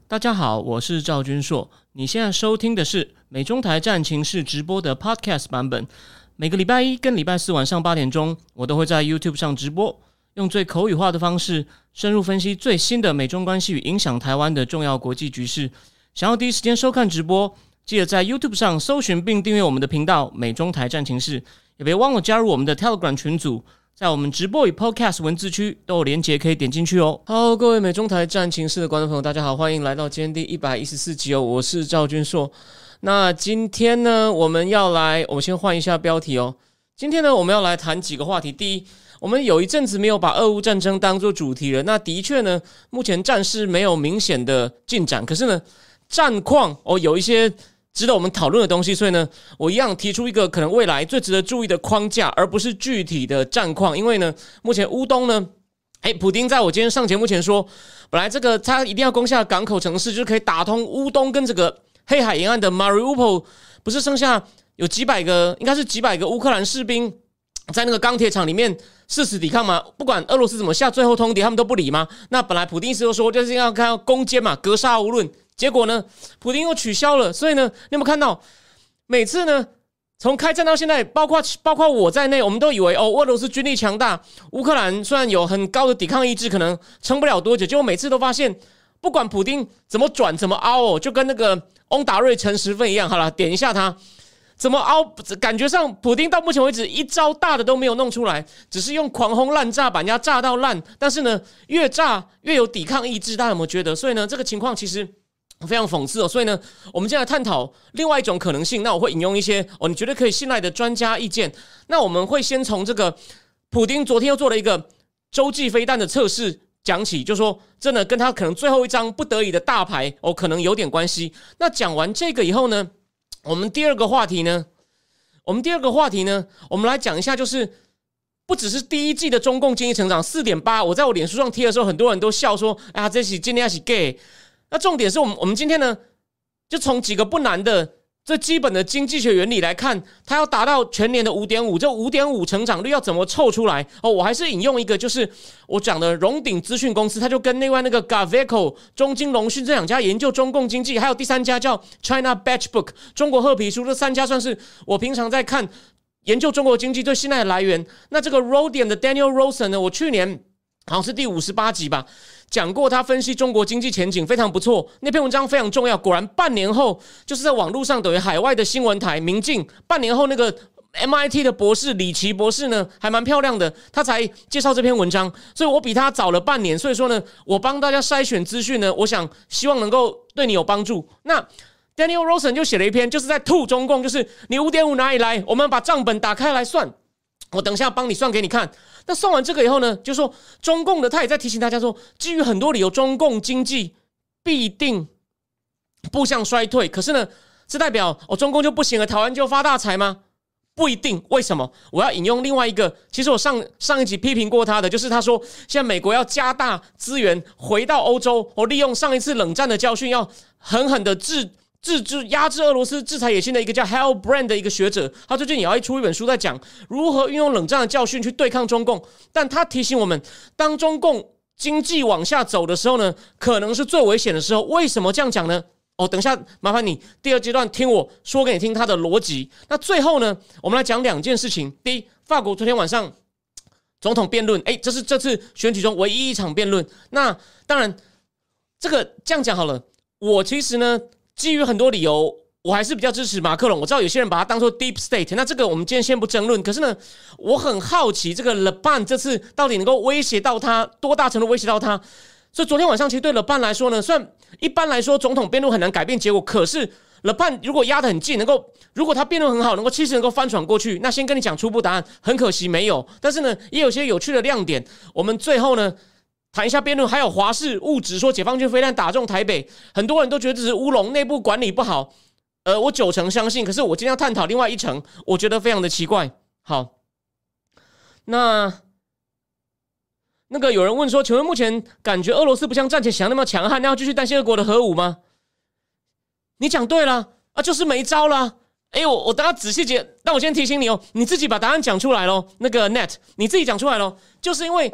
大家好，我是赵君硕。你现在收听的是美中台战情室直播的 Podcast 版本。每个礼拜一跟礼拜四晚上8点钟，我都会在 YouTube 上直播，用最口语化的方式，深入分析最新的美中关系与影响台湾的重要国际局势。想要第一时间收看直播，记得在 YouTube 上搜寻并订阅我们的频道美中台战情室，也别忘了加入我们的 Telegram 群组。在我们直播与 Podcast 文字区都有连结可以点进去哦。好，各位美中台战情室的观众朋友，大家好，欢迎来到今天第114集哦。我是赵君硕。那今天呢，我们先换一下标题哦。今天呢，我们要来谈几个话题。第一，我们有一阵子没有把俄乌战争当作主题了。那的确呢，目前战事没有明显的进展，可是呢，战况有一些值得我们讨论的东西，所以呢，我一样提出一个可能未来最值得注意的框架，而不是具体的战况。因为呢，目前乌东呢，普丁在我今天上节目前说，本来这个他一定要攻下港口城市，就是可以打通乌东跟这个黑海沿岸的 Mariupol， 不是剩下有几百个，应该是几百个乌克兰士兵在那个钢铁厂里面誓死抵抗吗？不管俄罗斯怎么下最后通牒，他们都不理吗？那本来普丁一直都说就是要看攻坚嘛，格杀无论。结果呢，普丁又取消了。所以呢，你有没有看到，每次呢，从开战到现在，包括我在内，我们都以为俄罗斯军力强大，乌克兰虽然有很高的抵抗意志，可能撑不了多久。结果每次都发现，不管普丁怎么转怎么凹就跟那个翁达瑞陈时芬一样，好了，点一下他怎么凹，感觉上普丁到目前为止一招大的都没有弄出来，只是用狂轰滥炸把人家炸到烂。但是呢，越炸越有抵抗意志，大家有没有觉得？所以呢，这个情况其实非常讽刺所以呢，我们现在探讨另外一种可能性。那我会引用一些你觉得可以信赖的专家意见。那我们会先从这个普丁昨天又做了一个洲际飞弹的测试讲起，就说真的跟他可能最后一张不得已的大牌可能有点关系。那讲完这个以后呢，我们第二个话题呢，我们来讲一下，就是不只是第一季的中共经济成长 4.8， 我在我脸书上贴的时候，很多人都笑说这是今天是 gay。那重点是我们今天呢，就从几个不难的最基本的经济学原理来看，它要达到全年的 5.5， 这 5.5 成长率要怎么凑出来我还是引用一个，就是我讲的荣鼎资讯公司，它就跟另外那个 Gaveco 中金龙讯这两家研究中共经济，还有第三家叫 China Batchbook 中国褐皮书，这三家算是我平常在看研究中国经济最信赖的来源。那这个 Rodium 的 Daniel Rosen 呢，我去年好像是第58集吧，讲过他分析中国经济前景非常不错，那篇文章非常重要。果然半年后，就是在网络上等于海外的新闻台明镜，半年后那个 MIT 的博士李奇博士呢，还蛮漂亮的，他才介绍这篇文章，所以我比他早了半年。所以说呢，我帮大家筛选资讯呢，我想希望能够对你有帮助。那 Daniel Rosen 就写了一篇，就是在吐中共，就是你 5.5 哪里来？我们把账本打开来算，我等一下帮你算给你看。那算完这个以后呢，就说中共的他也在提醒大家说，基于很多理由，中共经济必定步向衰退。可是呢，是代表中共就不行了，台湾就发大财吗？不一定。为什么？我要引用另外一个，其实我上一集批评过他的，就是他说现在美国要加大资源回到欧洲，利用上一次冷战的教训，要狠狠的压制俄罗斯制裁野心的一个叫 Hal Brand 的一个学者，他最近也要出一本书在讲如何运用冷战的教训去对抗中共。但他提醒我们，当中共经济往下走的时候呢，可能是最危险的时候。为什么这样讲呢？等一下麻烦你第二阶段听我说给你听他的逻辑。那最后呢，我们来讲两件事情。第一，法国昨天晚上总统辩论，这是这次选举中唯一一场辩论。那当然这样讲好了，我其实呢基于很多理由，我还是比较支持马克龙。我知道有些人把它当作 deep state， 那这个我们今天先不争论。可是呢，我很好奇这个 Le Pen 这次到底能够威胁到他多大程度威胁到他。所以昨天晚上其实对 Le Pen 来说呢，虽然一般来说总统辩论很难改变结果，可是 Le Pen 如果压得很近，如果他辩论很好，能够气势能够翻转过去，那先跟你讲初步答案，很可惜没有。但是呢，也有些有趣的亮点。我们最后呢谈一下辩论，还有华视误指说解放军飞弹打中台北，很多人都觉得这是乌龙，内部管理不好。我90%相信，可是我今天要探讨另外1成，我觉得非常的奇怪。好，那个有人问说，请问目前感觉俄罗斯不像战前想那么强悍，那要继续担心俄国的核武吗？你讲对了就是没招了。我等下仔细解，但我先提醒你你自己把答案讲出来咯。那个 Net 你自己讲出来咯，就是因为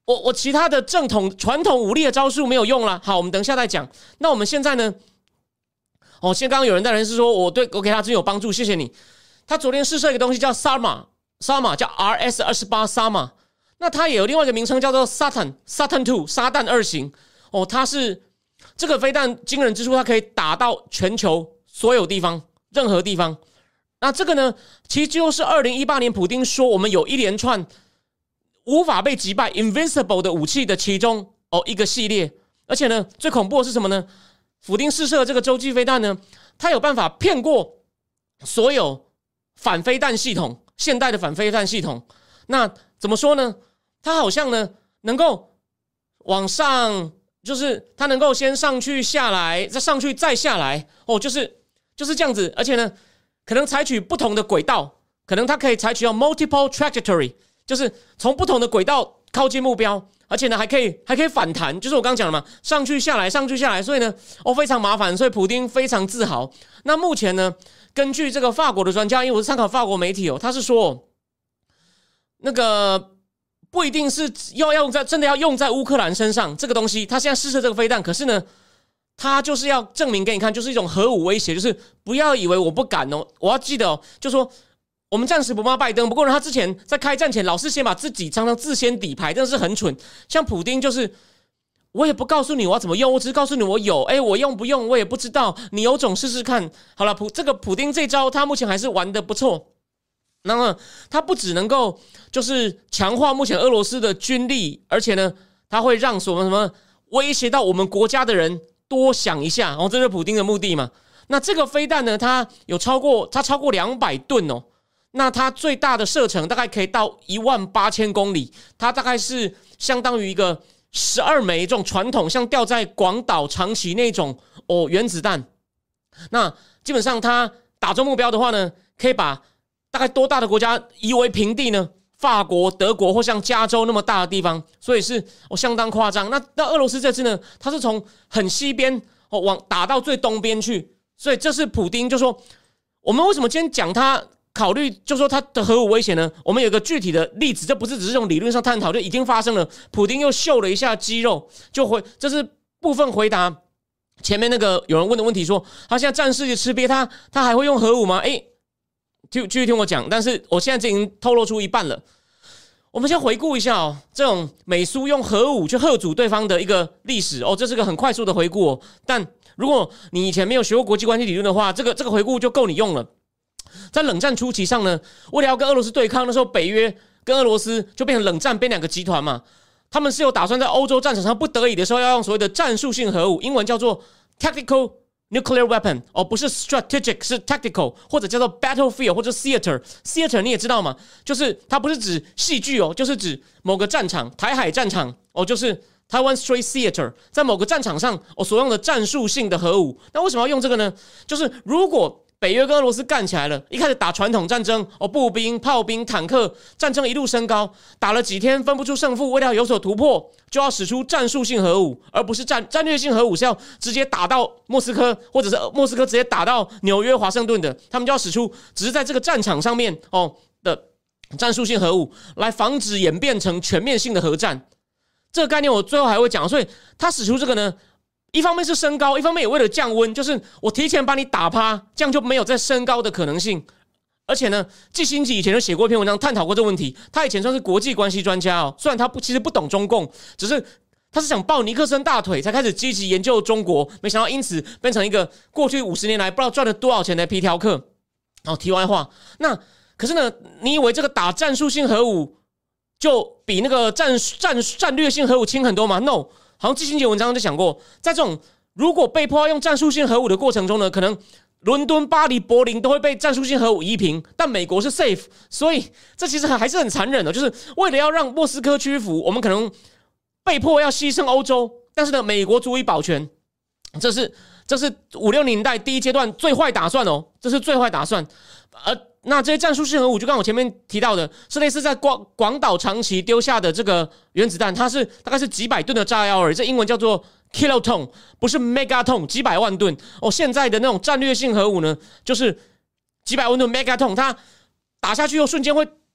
我其他的传统武力的招数没有用了。好，我们等一下再讲。那我们现在呢？现在刚刚有人在人是说我给他真有帮助，谢谢你。他昨天试射一个东西叫 Sama 叫 RS-28 Sama， 那它也有另外一个名称叫做 Saturn 2撒旦2型。它是这个飞弹惊人之处，它可以打到全球所有地方，任何地方。那这个呢，其实就是2018年普丁说我们有一连串无法被击败 Invincible 的武器的其中一个系列。而且呢，最恐怖的是什么呢？普丁试射的这个洲际飞弹呢，它有办法骗过所有反飞弹系统，现代的反飞弹系统。那怎么说呢？它好像呢能够往上，就是它能够先上去下来，再上去再下来，就是这样子。而且呢，可能采取不同的轨道，可能它可以采取到 multiple trajectory， 就是从不同的轨道靠近目标。而且呢，还可以反弹，就是我刚刚讲的嘛，上去下来，所以呢，非常麻烦，所以普丁非常自豪。那目前呢，根据这个法国的专家，因为我是参考法国媒体他是说，那个不一定是真的要用在乌克兰身上这个东西，他现在试射这个飞弹，可是呢，他就是要证明给你看，就是一种核武威胁，就是不要以为我不敢我要记得就说。我们暂时不骂拜登，不过呢，他之前在开战前老是先把自己常常自先底牌，真的是很蠢。像普丁就是，我也不告诉你我要怎么用，我只是告诉你我有，我用不用我也不知道，你有种试试看。好了，这个普丁这招他目前还是玩得不错。那么他不只能够就是强化目前俄罗斯的军力，而且呢，他会让什么威胁到我们国家的人多想一下，这是普丁的目的嘛。那这个飞弹呢，它超过200吨那它最大的射程大概可以到18000公里，它大概是相当于一个12枚这种传统像吊在广岛长崎那种原子弹。那基本上它打中目标的话呢，可以把大概多大的国家夷为平地呢？法国、德国或像加州那么大的地方，所以是相当夸张。那俄罗斯这次呢，它是从很西边往打到最东边去，所以这是普丁就说，我们为什么今天讲他？考虑就说它的核武威胁呢，我们有个具体的例子，这不是只是用理论上探讨，就已经发生了。普丁又秀了一下肌肉，这是部分回答前面那个有人问的问题说，他现在战事吃瘪，他还会用核武吗？继续听我讲，但是我现在已经透露出一半了。我们先回顾一下这种美苏用核武去吓阻对方的一个历史这是个很快速的回顾但如果你以前没有学过国际关系理论的话，这个回顾就够你用了。在冷战初期上呢，为了要跟俄罗斯对抗，那时候北约跟俄罗斯就变成冷战，变两个集团嘛。他们是有打算在欧洲战场上不得已的时候要用所谓的战术性核武，英文叫做 tactical nuclear weapon， 不是 strategic， 是 tactical， 或者叫做 battlefield 或者 theater。theater 你也知道嘛，就是它不是指戏剧就是指某个战场，台海战场就是 Taiwan Strait Theater， 在某个战场上所用的战术性的核武。那为什么要用这个呢？就是如果北约跟俄罗斯干起来了，一开始打传统战争步兵、炮兵、坦克，战争一路升高，打了几天分不出胜负，为了有所突破，就要使出战术性核武，而不是战略性核武，是要直接打到莫斯科，或者是莫斯科直接打到纽约、华盛顿的，他们就要使出只是在这个战场上面的战术性核武，来防止演变成全面性的核战。这个概念我最后还会讲，所以他使出这个呢，一方面是升高，一方面也为了降温，就是我提前把你打趴，这样就没有再升高的可能性。而且呢，季辛吉以前就写过一篇文章探讨过这个问题，他以前算是国际关系专家虽然他其实不懂中共，只是他是想抱尼克森大腿才开始积极研究中国，没想到因此变成一个过去50年来不知道赚了多少钱的皮条客。题外话，那可是呢，你以为这个打战术性核武就比那个战略性核武轻很多吗 ？No。好像季辛吉文章就讲过，在这种如果被迫要用战术性核武的过程中呢，可能伦敦、巴黎、柏林都会被战术性核武夷平，但美国是 safe， 所以这其实还是很残忍的，就是为了要让莫斯科屈服，我们可能被迫要牺牲欧洲，但是呢，美国足以保全。这是50-60年代第一阶段最坏打算这是最坏打算。那这些战术性核武，就刚我前面提到的，是类似在广岛长崎丢下的这个原子弹，它是大概是几百吨的炸药而已，这英文叫做 kiloton， 不是 megaton， 几百万吨现在的那种战略性核武呢，就是几百万吨 megaton， 它打下去后瞬间会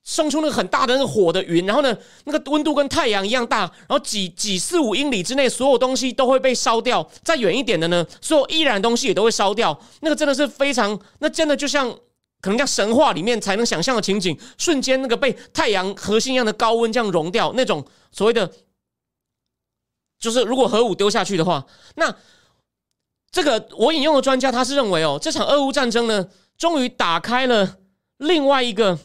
生出那个很大的那个火的云，然后呢，那个温度跟太阳一样大，然后几4-5英里之内，所有东西都会被烧掉。再远一点的呢，所有易燃的东西也都会烧掉。那个真的是非常，那真的就像可能像神话里面才能想象的情景，瞬间那个被太阳核心一样的高温这样融掉，那种所谓的，就是如果核武丢下去的话，那这个我引用的专家他是认为这场俄乌战争呢，终于打开了另外一个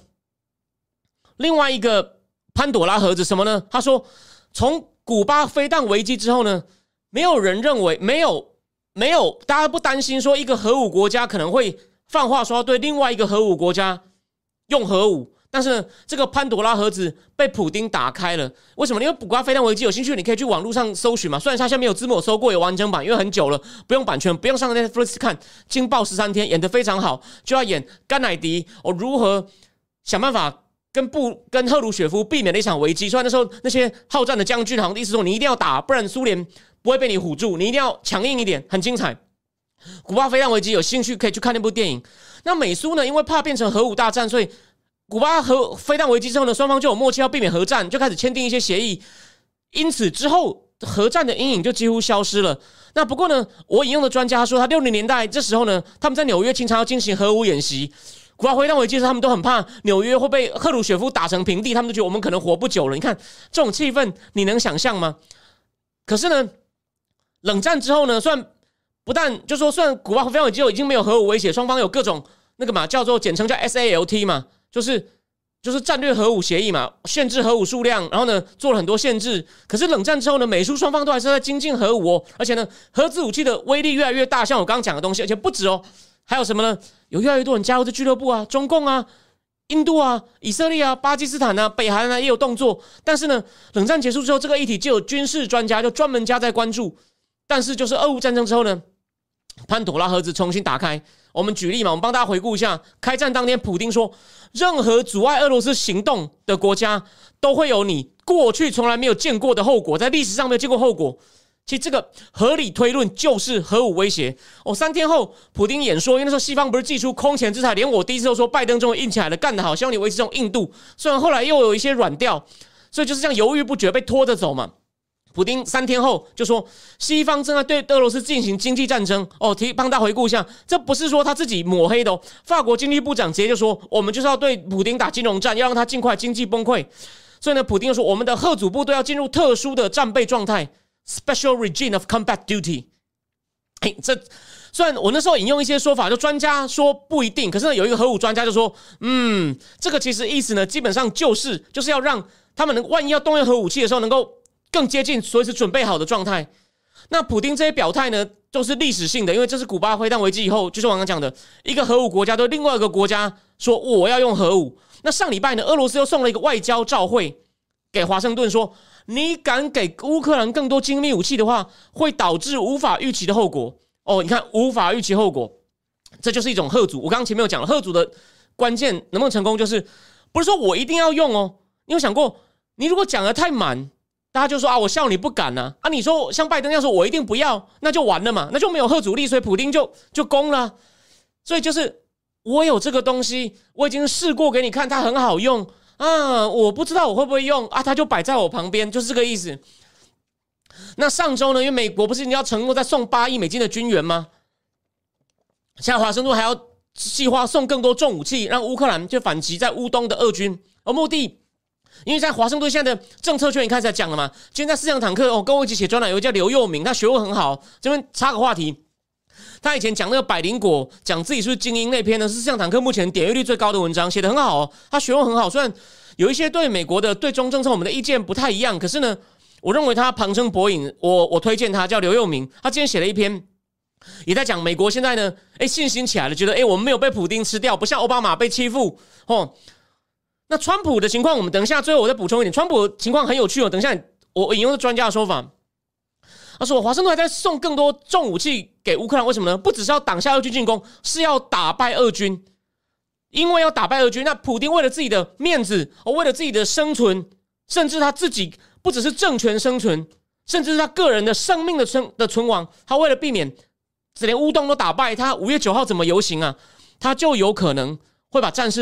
潘朵拉盒子，什么呢？他说，从古巴飞弹危机之后呢，没有人认为没有，大家不担心说一个核武国家可能会放话说要对另外一个核武国家用核武，但是呢，这个潘朵拉盒子被普丁打开了。为什么？因为古巴飞弹危机有兴趣，你可以去网络上搜寻嘛。虽然它下面有字幕，我搜过有完整版，因为很久了，不用版权，不用上 Netflix 看。惊爆13天演得非常好，就要演甘乃迪如何想办法跟赫鲁雪夫避免了一场危机。虽然那时候那些好战的将军好像意思说你一定要打，不然苏联不会被你唬住，你一定要强硬一点，很精彩。古巴飞弹危机有兴趣可以去看那部电影。那美苏呢，因为怕变成核武大战，所以古巴核飞弹危机之后呢，双方就有默契要避免核战，就开始签订一些协议。因此之后核战的阴影就几乎消失了。那不过呢，我引用的专家说，他60年代这时候呢，他们在纽约经常要进行核武演习。古巴飞弹危机时，他们都很怕纽约会被赫鲁雪夫打成平地，他们都觉得我们可能活不久了。你看这种气氛，你能想象吗？可是呢，冷战之后呢，虽然古巴飞弹危机已经没有核武威胁，双方有各种那个嘛，叫做简称叫 SALT 嘛，就是战略核武协议嘛，限制核武数量，然后呢做了很多限制。可是冷战之后呢，美苏双方都还是在精进核武而且呢，核子武器的威力越来越大，像我刚刚讲的东西，而且不止还有什么呢？有越来越多人加入这俱乐部啊，中共啊、印度啊、以色列啊、巴基斯坦啊、北韩啊也有动作。但是呢，冷战结束之后，这个议题就有军事专家就专门加在关注。但是就是俄乌战争之后呢，潘朵拉盒子重新打开。我们举例嘛，我们帮大家回顾一下，开战当天，普丁说，任何阻碍俄罗斯行动的国家都会有你过去从来没有见过的后果，在历史上没有见过后果。其实这个合理推论就是核武威胁。3天后，普丁演说，因为那时候西方不是祭出空前之才，连我第一次都说拜登终于硬起来了，干得好，希望你维持这种硬度。虽然后来又有一些软调，所以就是这样犹豫不决，被拖着走嘛。普丁3天后就说，西方正在对俄罗斯进行经济战争。帮大家回顾一下，这不是说他自己抹黑的法国经济部长直接就说，我们就是要对普丁打金融战，要让他尽快经济崩溃。所以呢，普丁就说，我们的核主部队要进入特殊的战备状态。Special regime of combat duty。这虽然我那时候引用一些说法，就专家说不一定，可是呢，有一个核武专家就说，这个其实意思呢，基本上就是要让他们万一要动用核武器的时候，能够更接近随时准备好的状态。那普丁这些表态呢，都是历史性的，因为这是古巴飞弹危机以后，就是我刚刚讲的，一个核武国家对另外一个国家说我要用核武。那上礼拜呢，俄罗斯又送了一个外交照会给华盛顿说，你敢给乌克兰更多精密武器的话，会导致无法预期的后果。你看无法预期后果，这就是一种核主。我刚刚前面有讲了，核主的关键能不能成功，就是不是说我一定要用你有想过，你如果讲得太满，大家就说我笑你不敢啊。你说像拜登要说我一定不要，那就完了嘛，那就没有核主力，所以普丁就攻了。所以就是我有这个东西，我已经试过给你看，它很好用。我不知道我会不会用它就摆在我旁边，就是这个意思。那上周呢，因为美国不是要承诺再送8亿美金的军援吗？现在华盛顿还要计划送更多重武器，让乌克兰就反击在乌东的俄军。目的，因为在华盛顿现在的政策圈，你开始讲了嘛？今天在思想坦克跟我一起写专栏有一个叫刘佑明，他学问很好。这边插个话题。他以前讲那个百灵果，讲自己是精英那篇呢，是思想坦克目前点阅率最高的文章，写得很好他学问很好。虽然有一些对美国的对中政策我们的意见不太一样，可是呢，我认为他旁征博引，我推荐他，叫刘佑明。他今天写了一篇，也在讲美国现在呢，信心起来了，觉得我们没有被普丁吃掉，不像奥巴马被欺负那川普的情况，我们等一下最后我再补充一点。川普的情况很有趣等一下我引用的专家的说法。他说，华盛顿还在送更多重武器给乌克兰，为什么呢？不只是要挡下俄军进攻，是要打败俄军。因为要打败俄军，那普丁为了自己的面子，为了自己的生存，甚至他自己不只是政权生存，甚至是他个人的生命的存亡，他为了避免连乌东都打败，他5月9号怎么游行啊？他就有可能会把战事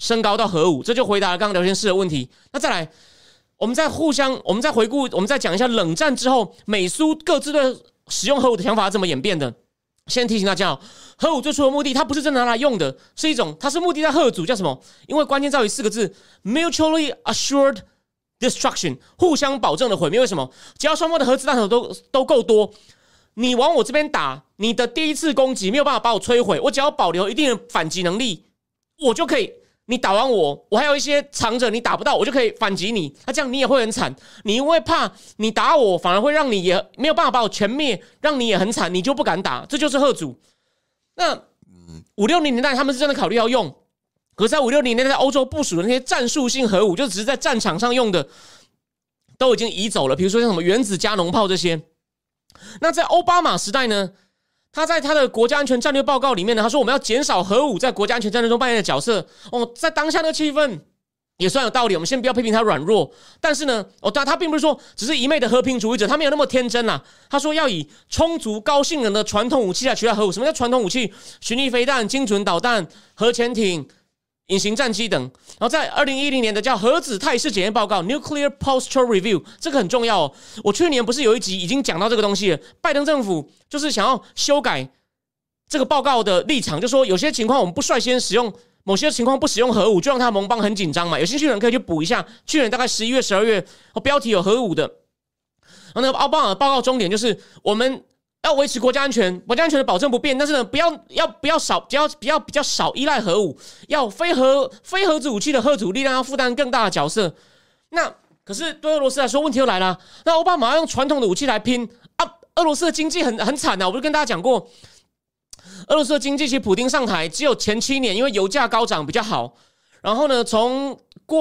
升高到核武，这就回答了刚刚聊天室的问题。那再来，我们再回顾，我们再讲一下冷战之后美苏各自对使用核武的想法怎么演变的。先提醒大家哦，核武最初的目的，它不是真的拿来用的，是一种，它是目的在吓阻，叫什么？因为关键在于4个字 ：mutually assured destruction， 互相保证的毁灭。为什么？只要双方的核子弹头都够多，你往我这边打，你的第一次攻击没有办法把我摧毁，我只要保留一定的反击能力，我就可以。你打完我还有一些藏着，你打不到，我就可以反击你。那这样你也会很惨，你因为怕你打我，反而会让你也没有办法把我全灭，让你也很惨，你就不敢打，这就是吓阻。那5、60年代他们是真的考虑要用，可是在5、60年代在欧洲部署的那些战术性核武，就只是在战场上用的，都已经移走了。比如说像什么原子加农炮这些。那在奥巴马时代呢？他在他的国家安全战略报告里面呢，他说我们要减少核武在国家安全战略中扮演的角色。在当下的气氛也算有道理，我们先不要批评他软弱，但是呢，他并不是说只是一昧的和平主义者，他没有那么天真啦。他说要以充足高性能的传统武器来取代核武。什么叫传统武器？巡弋飞弹、精准导弹、核潜艇、隐形战机等。然后在2010年的叫核子态势检验报告 Nuclear Posture Review， 这个很重要哦。我去年不是有一集已经讲到这个东西了，拜登政府就是想要修改这个报告的立场，就说有些情况我们不率先使用，某些情况不使用核武，就让他盟邦很紧张嘛。有兴趣的人可以去补一下，去年大概11月、12月，标题有核武的。然后那个奥巴马报告终点就是我们要维持国家安全，国家安全的保证不变，但是呢，比较少依赖核武，要非核子武器的核主力量要负担更大的角色。那可是对俄罗斯来说，问题又来了。那奥巴马要用传统的武器来拼啊，俄罗斯的经济很惨啊！我不是跟大家讲过，俄罗斯的经济其实普丁上台只有前7年，因为油价高涨比较好。然后呢，从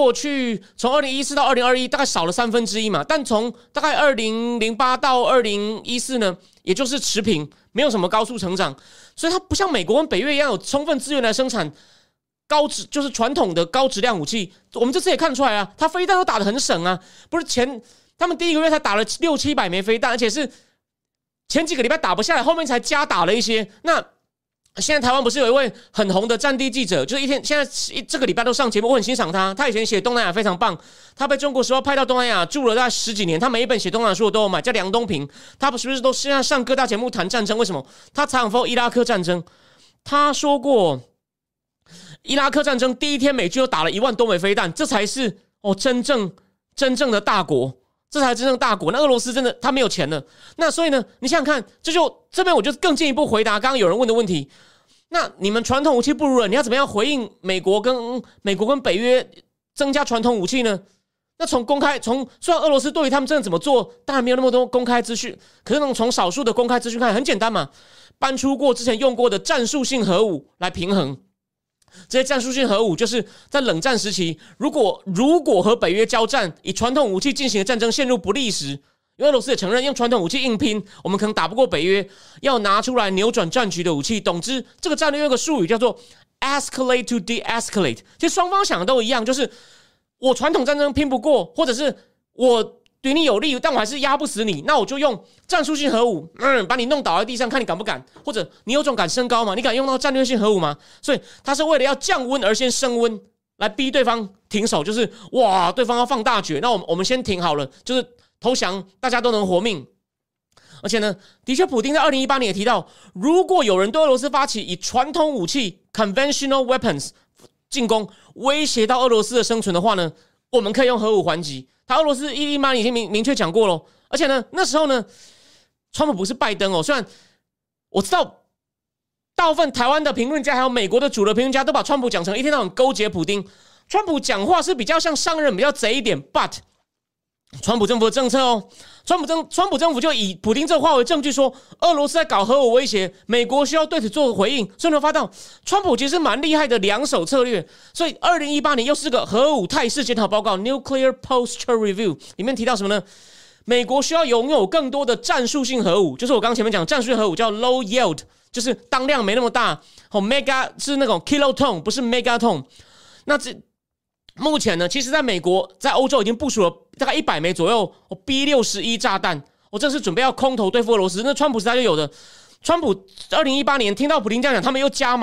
2014到2021大概少了1/3嘛，但从大概2008到2014呢，也就是持平，没有什么高速成长，所以它不像美国跟北约一样有充分资源来生产就是传统的高质量武器。我们这次也看出来啊，它飞弹都打得很省啊，不是他们第一个月才打了600-700枚飞弹，而且是前几个礼拜打不下来，后面才加打了一些。那现在台湾不是有一位很红的战地记者，就是现在这个礼拜都上节目，我很欣赏他。他以前写东南亚非常棒，他被中国时报派到东南亚住了大概10几年，他每一本写东南亚书我都有买，叫梁东平。他是不是都现在上各大节目谈战争？为什么？他采访过伊拉克战争，他说过伊拉克战争第一天美军就打了1万多枚飞弹，这才是真正的大国。这才是真正大国。那俄罗斯真的他没有钱了，那所以呢，你想想看，这边我就更进一步回答刚刚有人问的问题。那你们传统武器不如人，你要怎么样回应美国跟北约增加传统武器呢？那虽然俄罗斯对于他们真的怎么做，当然没有那么多公开资讯，可是从少数的公开资讯看，很简单嘛，搬出过之前用过的战术性核武来平衡。这些战术性核武就是在冷战时期，如果和北约交战，以传统武器进行的战争陷入不利时，因为俄罗斯也承认用传统武器硬拼，我们可能打不过北约，要拿出来扭转战局的武器。总之，这个战略有个术语叫做 escalate to de-escalate， 其实双方想的都一样，就是我传统战争拼不过，或者是我对你有利，但我还是压不死你，那我就用战术性核武，把你弄倒在地上，看你敢不敢，或者你有种敢升高吗？你敢用到战略性核武吗？所以他是为了要降温而先升温，来逼对方停手，就是哇，对方要放大决，那我们先停好了，就是投降，大家都能活命。而且呢，的确，普丁在2018年也提到，如果有人对俄罗斯发起以传统武器 （conventional weapons） 进攻，威胁到俄罗斯的生存的话呢，我们可以用核武还击。俄罗斯2018年已经明确讲过了，而且呢，那时候呢，川普不是拜登哦。虽然我知道大部分台湾的评论家还有美国的主流评论家都把川普讲成一天到晚勾结普丁，川普讲话是比较像商人，比较贼一点。But 川普政府的政策哦，川普政府就以普丁这话为证据说，俄罗斯在搞核武威胁，美国需要对此做回应。所以你会发现，川普其实蛮厉害的两手策略。所以2018年又是个核武态势检讨报告 （Nuclear Posture Review） 里面提到什么呢？美国需要拥有更多的战术性核武，就是我刚刚前面讲战术性核武叫 low yield， 就是当量没那么大。mega 是那种 kiloton， 不是 megaton。那目前呢，其实在美国、在欧洲已经部署了大概100枚左右 B61炸弹，这是准备要空投对付俄罗斯。那川普时代就有的。川普2018年听到普丁这样讲，他们又加码，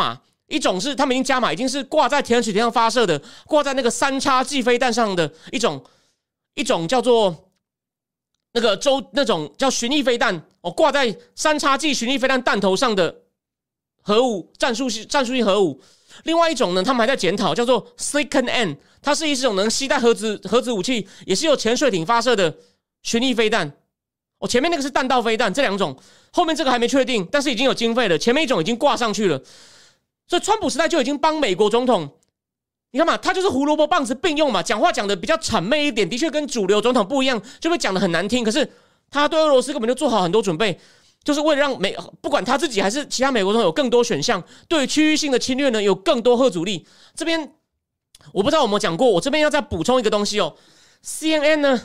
一种是他们已经加码，已经是挂在田水田上发射的，挂在那个3叉戟飞弹上的一种叫做那种叫巡弋飞弹挂在3叉戟巡弋飞弹弹头上的核武战术性核武。另外一种呢，他们还在检讨，叫做 Second N， 它是一种能携带核子武器，也是由潜水艇发射的巡弋飞弹。前面那个是弹道飞弹，这2种，后面这个还没确定，但是已经有经费了，前面一种已经挂上去了。所以川普时代就已经帮美国总统，你看嘛，他就是胡萝卜棒子并用嘛，讲话讲的比较谄媚一点，的确跟主流总统不一样，就会讲的很难听。可是他对俄罗斯根本就做好很多准备，就是为了让不管他自己还是其他美国总统有更多选项，对区域性的侵略呢有更多吓阻力。这边我不知道有没有讲过，我这边要再补充一个东西哦。CNN 呢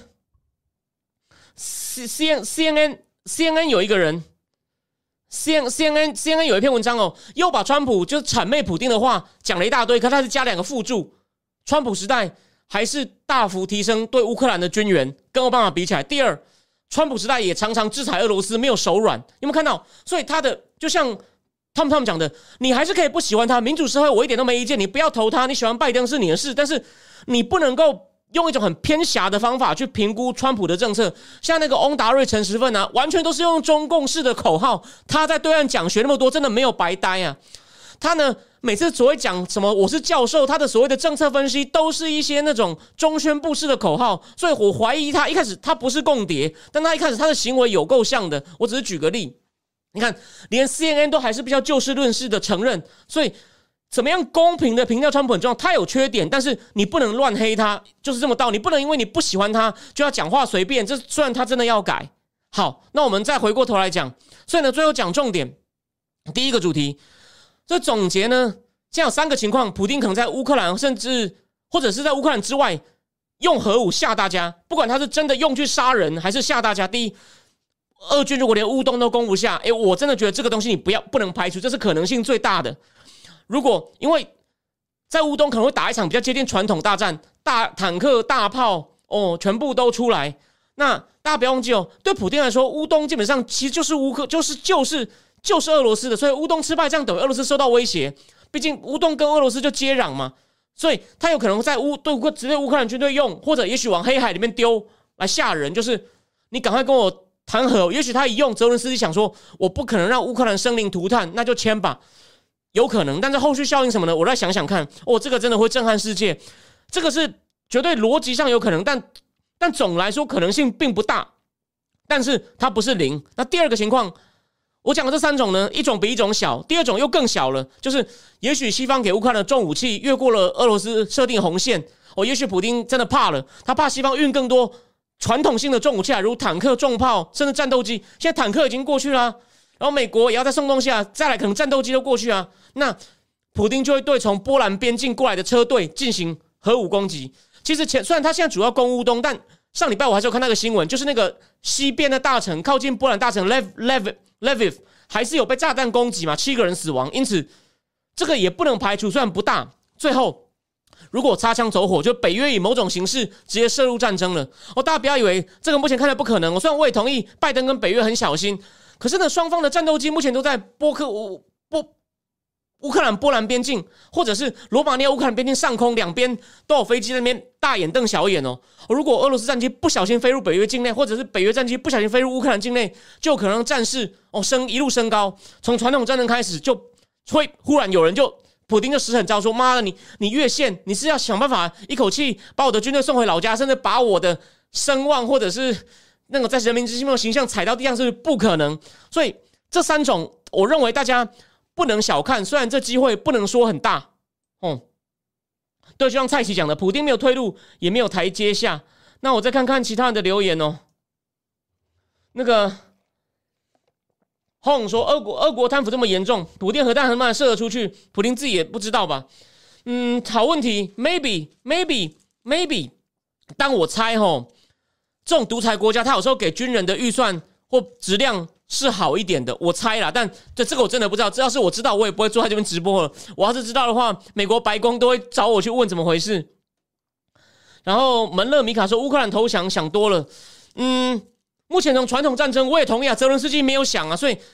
，CNN 有一个人。CNN 有一篇文章又把川普就是谄媚普丁的话讲了一大堆，可他是加2个附注。川普时代还是大幅提升对乌克兰的军援，跟奥巴马比起来。第二，川普时代也常常制裁俄罗斯，没有手软，有没有看到？所以他的就像他们讲的，你还是可以不喜欢他，民主社会我一点都没意见，你不要投他，你喜欢拜登是你的事，但是你不能够用一种很偏狭的方法去评估川普的政策，像那个翁达瑞、陈时奋啊，完全都是用中共式的口号。他在对岸讲学那么多，真的没有白呆啊。他呢，每次所谓讲什么我是教授，他的所谓的政策分析都是一些那种中宣部式的口号，所以我怀疑他一开始他不是共谍，但他一开始他的行为有够像的。我只是举个例，你看，连 CNN 都还是比较就事论事的承认，所以。怎么样公平的评价川普很重要，他有缺点，但是你不能乱黑他，就是这么道理。你不能因为你不喜欢他就要讲话随便，这虽然他真的要改。好，那我们再回过头来讲，所以呢，最后讲重点。第一个主题，这总结呢，现在有3个情况，普丁可能在乌克兰，甚至或者是在乌克兰之外用核武吓大家，不管他是真的用去杀人还是吓大家。第一，俄军如果连乌东都攻不下，我真的觉得这个东西你不能排除，这是可能性最大的。如果因为在乌东可能会打一场比较接近传统大战，大坦克、大炮全部都出来，那大家不要忘记对普丁来说，乌东基本上其实就是就是俄罗斯的，所以乌东失败，这样等于俄罗斯受到威胁。毕竟乌东跟俄罗斯就接壤嘛，所以他有可能在直接乌克兰军队用，或者也许往黑海里面丢来吓人，就是你赶快跟我谈和。也许他一用，泽伦斯基想说，我不可能让乌克兰生灵涂炭，那就签吧。有可能，但是后续效应什么呢？我再想想看。这个真的会震撼世界，这个是绝对逻辑上有可能，但总来说可能性并不大，但是它不是零。那第二个情况，我讲的这3种呢，一种比一种小，第二种又更小了，就是也许西方给乌克兰的重武器越过了俄罗斯设定红线，也许普丁真的怕了，他怕西方运更多传统性的重武器啊，如坦克、重炮，甚至战斗机。现在坦克已经过去了然后美国也要再送东西啊，再来可能战斗机都过去啊，那普丁就会对从波兰边境过来的车队进行核武攻击。其实虽然他现在主要攻乌东，但上礼拜我还是有看那个新闻，就是那个西边的大城，靠近波兰大城 Lviv 还是有被炸弹攻击嘛，7个人死亡，因此这个也不能排除，虽然不大。最后如果擦枪走火，就北约以某种形式直接涉入战争了大家不要以为这个目前看来不可能虽然我也同意拜登跟北约很小心，可是呢，双方的战斗机目前都在乌克兰波兰边境，或者是罗马尼亚乌克兰边境上空，两边都有飞机在那边大眼瞪小眼如果俄罗斯战机不小心飞入北约境内，或者是北约战机不小心飞入乌克兰境内，就可能让战事一路升高。从传统战争开始，就会忽然有人普丁就使狠招说：“妈的，你越线，你是要想办法一口气把我的军队送回老家，甚至把我的声望或者是那个在人民之心中的形象踩到地上，是不可能。”所以这3种，我认为大家不能小看，虽然这机会不能说很大对，就像蔡奇讲的，普丁没有退路，也没有台阶下。那我再看看其他人的留言那个Hong 说俄国贪腐这么严重，普丁核弹很慢射了出去，普丁自己也不知道吧？好问题 ，maybe， 但我猜这种独裁国家，他有时候给军人的预算或质量是好一点的，我猜啦，但这个我真的不知道。这要是我知道，我也不会坐在这边直播了。我要是知道的话，美国白宫都会找我去问怎么回事。然后门勒米卡说乌克兰投降想多了，目前从传统战争我也同意啊，泽伦斯基没有想啊，所以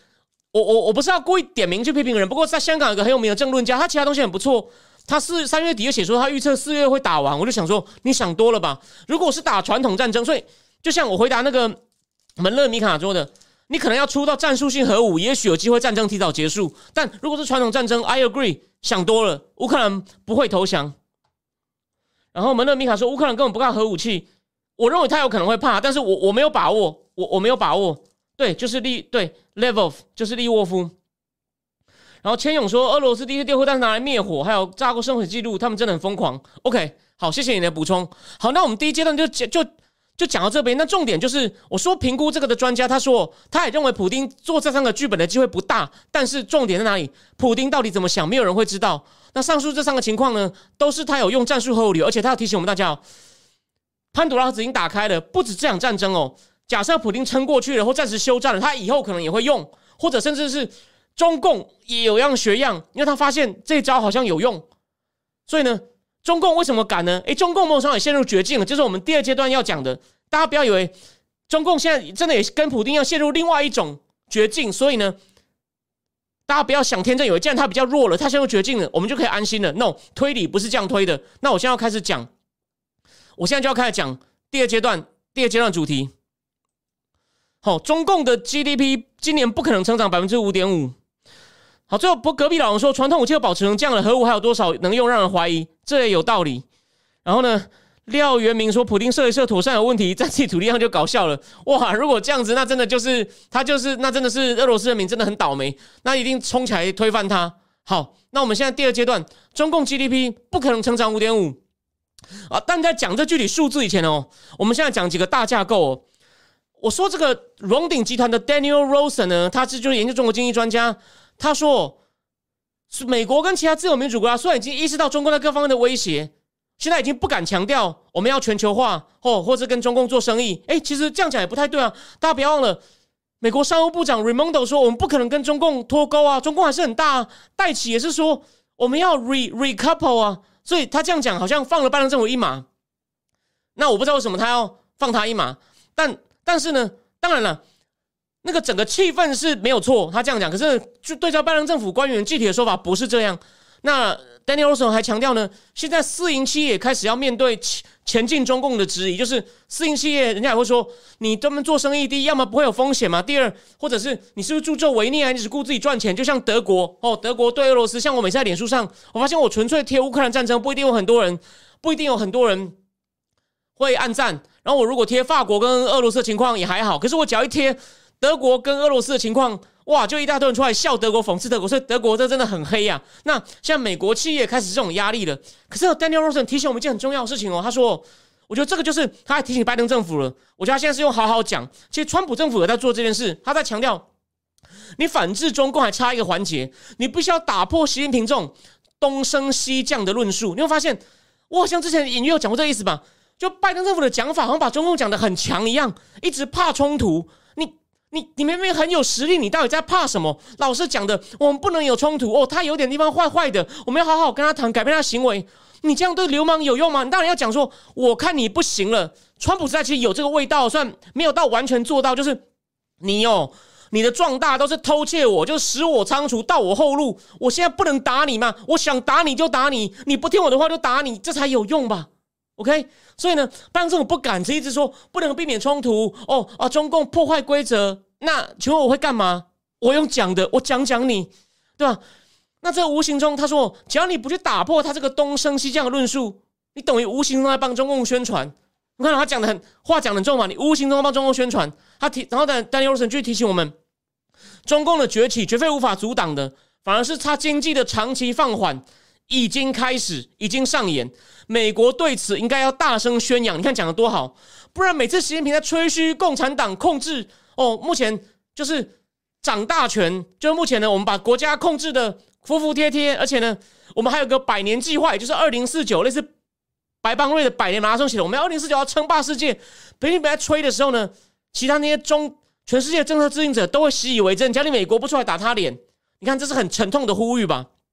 我不是要故意点名去批评人，不过在香港有个很有名的政论家，他其他东西很不错。他3月底就写说他预测4月会打完，我就想说你想多了吧？如果是打传统战争，所以就像我回答那个门勒米卡说的，你可能要出到战术性核武，也许有机会战争提早结束。但如果是传统战争 ，I agree， 想多了，乌克兰不会投降。然后门勒米卡说乌克兰根本不怕核武器，我认为他有可能会怕，但是我没有把握，我没有把握。对，就是Levov 就是利沃夫。然后千勇说，俄罗斯第一次丢核弹拿来灭火，还有炸过生活记录，他们真的很疯狂。OK， 好，谢谢你的补充。好，那我们第一阶段就讲到这边。那重点就是我说评估这个的专家，他说他也认为普丁做这3个剧本的机会不大，但是重点在哪里？普丁到底怎么想，没有人会知道。那上述这3个情况呢，都是他有用战术核武理由，而且他要提醒我们大家潘多拉盒子已经打开了，不止这场战争哦。假设普丁撑过去了或暂时休战了，他以后可能也会用，或者甚至是中共也有样学样，因为他发现这招好像有用，所以呢，中共为什么敢呢？中共某种程度也陷入绝境了，就是我们第2阶段要讲的。大家不要以为中共现在真的也跟普丁要陷入另外一种绝境，所以呢，大家不要想天真，以为既然他比较弱了，他陷入绝境了，我们就可以安心了。No， 推理不是这样推的。那我现在要开始讲，我现在就要开始讲第二阶段主题。好，中共的 GDP 今年不可能成长 5.5%。好，最后隔壁老王说，传统武器又保持成这样了，核武还有多少能用，让人怀疑，这也有道理。然后呢，廖元明说，普丁射一射妥善有问题，在自己土地上就搞笑了。哇，如果这样子，那真的就是那真的是俄罗斯人民真的很倒霉，那一定冲起来推翻他。好，那我们现在第2阶段，中共 GDP 不可能成长 5.5%。但在讲这具体数字以前哦，我们现在讲几个大架构哦。我说这个荣鼎集团的 Daniel Rosen 呢，他就是研究中国经济专家，他说，美国跟其他自由民主国家虽然已经意识到中国在各方面的威胁，现在已经不敢强调我们要全球化或者跟中共做生意。其实这样讲也不太对啊，大家不要忘了，美国商务部长 Raimondo 说，我们不可能跟中共脱钩啊，中共还是很大啊。戴奇也是说，我们要 recouple 啊，所以他这样讲好像放了拜登政府一马。那我不知道为什么他要放他一马，但是呢，当然了，那个整个气氛是没有错，他这样讲。可是就对照拜登政府官员具体的说法不是这样。那 Daniel Rosen 还强调呢，现在私营企业开始要面对前进中共的质疑，就是私营企业人家也会说，你专门做生意，第一要么不会有风险嘛，第二或者是你是不是助纣为逆啊，你只顾自己赚钱，就像德国德国对俄罗斯，像我每次在脸书上，我发现我纯粹贴乌克兰战争，不一定有很多人会按赞。然后我如果贴法国跟俄罗斯的情况也还好，可是我只要一贴德国跟俄罗斯的情况，哇，就一大堆人出来笑德国、讽刺德国，所以德国这真的很黑啊。那现在美国企业开始这种压力了，可是 Daniel Rosen 提醒我们一件很重要的事情哦，他说，我觉得这个就是他还提醒拜登政府了。我觉得他现在是用好好讲，其实川普政府也在做这件事，他在强调，你反制中共还差一个环节，你必须要打破习近平这种东升西降的论述。你会发现，我好像之前隐约有讲过这个意思吧？就拜登政府的讲法好像把中共讲得很强一样，一直怕冲突。你明明很有实力，你到底在怕什么？老是讲的我们不能有冲突他有点地方坏坏的，我们要好好跟他谈，改变他的行为。你这样对流氓有用吗？你当然要讲说，我看你不行了。川普时代其实有这个味道，虽然没有到完全做到，就是你的壮大都是偷窃我，就是使我仓促，盗我后路。我现在不能打你吗？我想打你就打你，你不听我的话就打你，这才有用吧。OK， 所以呢，拜登政府不敢一直说不能避免冲突中共破坏规则，那请问我会干嘛？我用讲的，我讲你，对吧？那这无形中他说，只要你不去打破他这个东升西降的论述，你等于无形中在帮中共宣传。你看他讲的话讲得很重嘛，你无形中帮中共宣传。然后Daniel Rosen 就提醒我们，中共的崛起绝非无法阻挡的，反而是他经济的长期放缓已经开始，已经上演。美国对此应该要大声宣扬，你看讲得多好，不然每次习近平在吹嘘共产党控制目前就是掌大权，就是目前呢，我们把国家控制的服服帖帖，而且呢，我们还有个100年计划，也就是2049，类似白邦瑞的100年马拉松写的，我们要2049要称霸世界。北京在吹的时候呢，其他那些全世界的政策制定者都会习以为真，假如美国不出来打他脸，你看这是很沉痛的呼吁吧。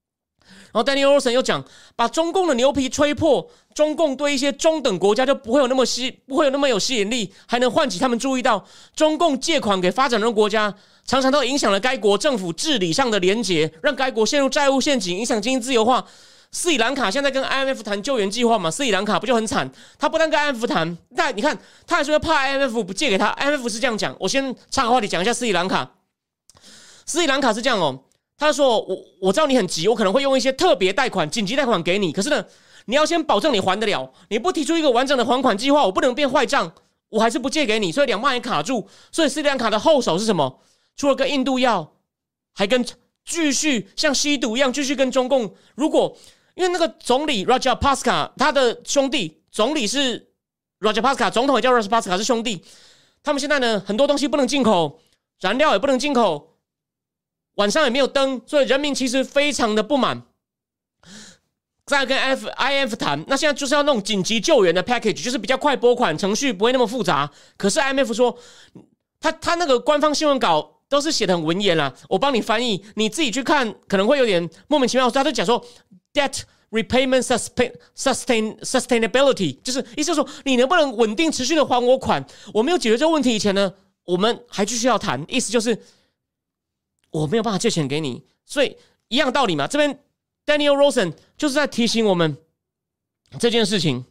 然后 Daniel Rosen 又讲，把中共的牛皮吹破，中共对一些中等国家就不会有那么有吸引力，还能唤起他们注意到，中共借款给发展中国家，常常都影响了该国政府治理上的连结，让该国陷入债务陷阱，影响经济自由化。斯里兰卡现在跟 IMF 谈救援计划嘛，斯里兰卡不就很惨？他不但跟 IMF 谈，但你看他还说怕 IMF 不借给他 ，IMF 是这样讲。我先插个话题讲一下斯里兰卡。斯里兰卡是这样哦，他说我知道你很急，我可能会用一些特别贷款、紧急贷款给你，可是呢，你要先保证你还得了，你不提出一个完整的还款计划，我不能变坏账，我还是不借给你，所以2万也卡住。所以斯里兰卡的后手是什么？除了跟印度要，还跟继续像吸毒一样继续跟中共，如果因为那个总理 Rajapaksa 他的兄弟总理是 Rajapaksa， 总统也叫 Rajapaksa 是兄弟，他们现在呢很多东西不能进口，燃料也不能进口，晚上也没有灯，所以人民其实非常的不满。再跟 IMF 谈，那现在就是要弄紧急救援的 package， 就是比较快拨款，程序不会那么复杂。可是 IMF 说，他那个官方新闻稿都是写的很文言啦，我帮你翻译，你自己去看可能会有点莫名其妙。他就讲说 debt repayment sustainability， 就是意思说你能不能稳定持续的还我款？我没有解决这个问题以前呢，我们还继续要谈，意思就是我没有办法借钱给你，所以一样道理嘛。这边 Daniel Rosen 就是在提醒我们这件事情。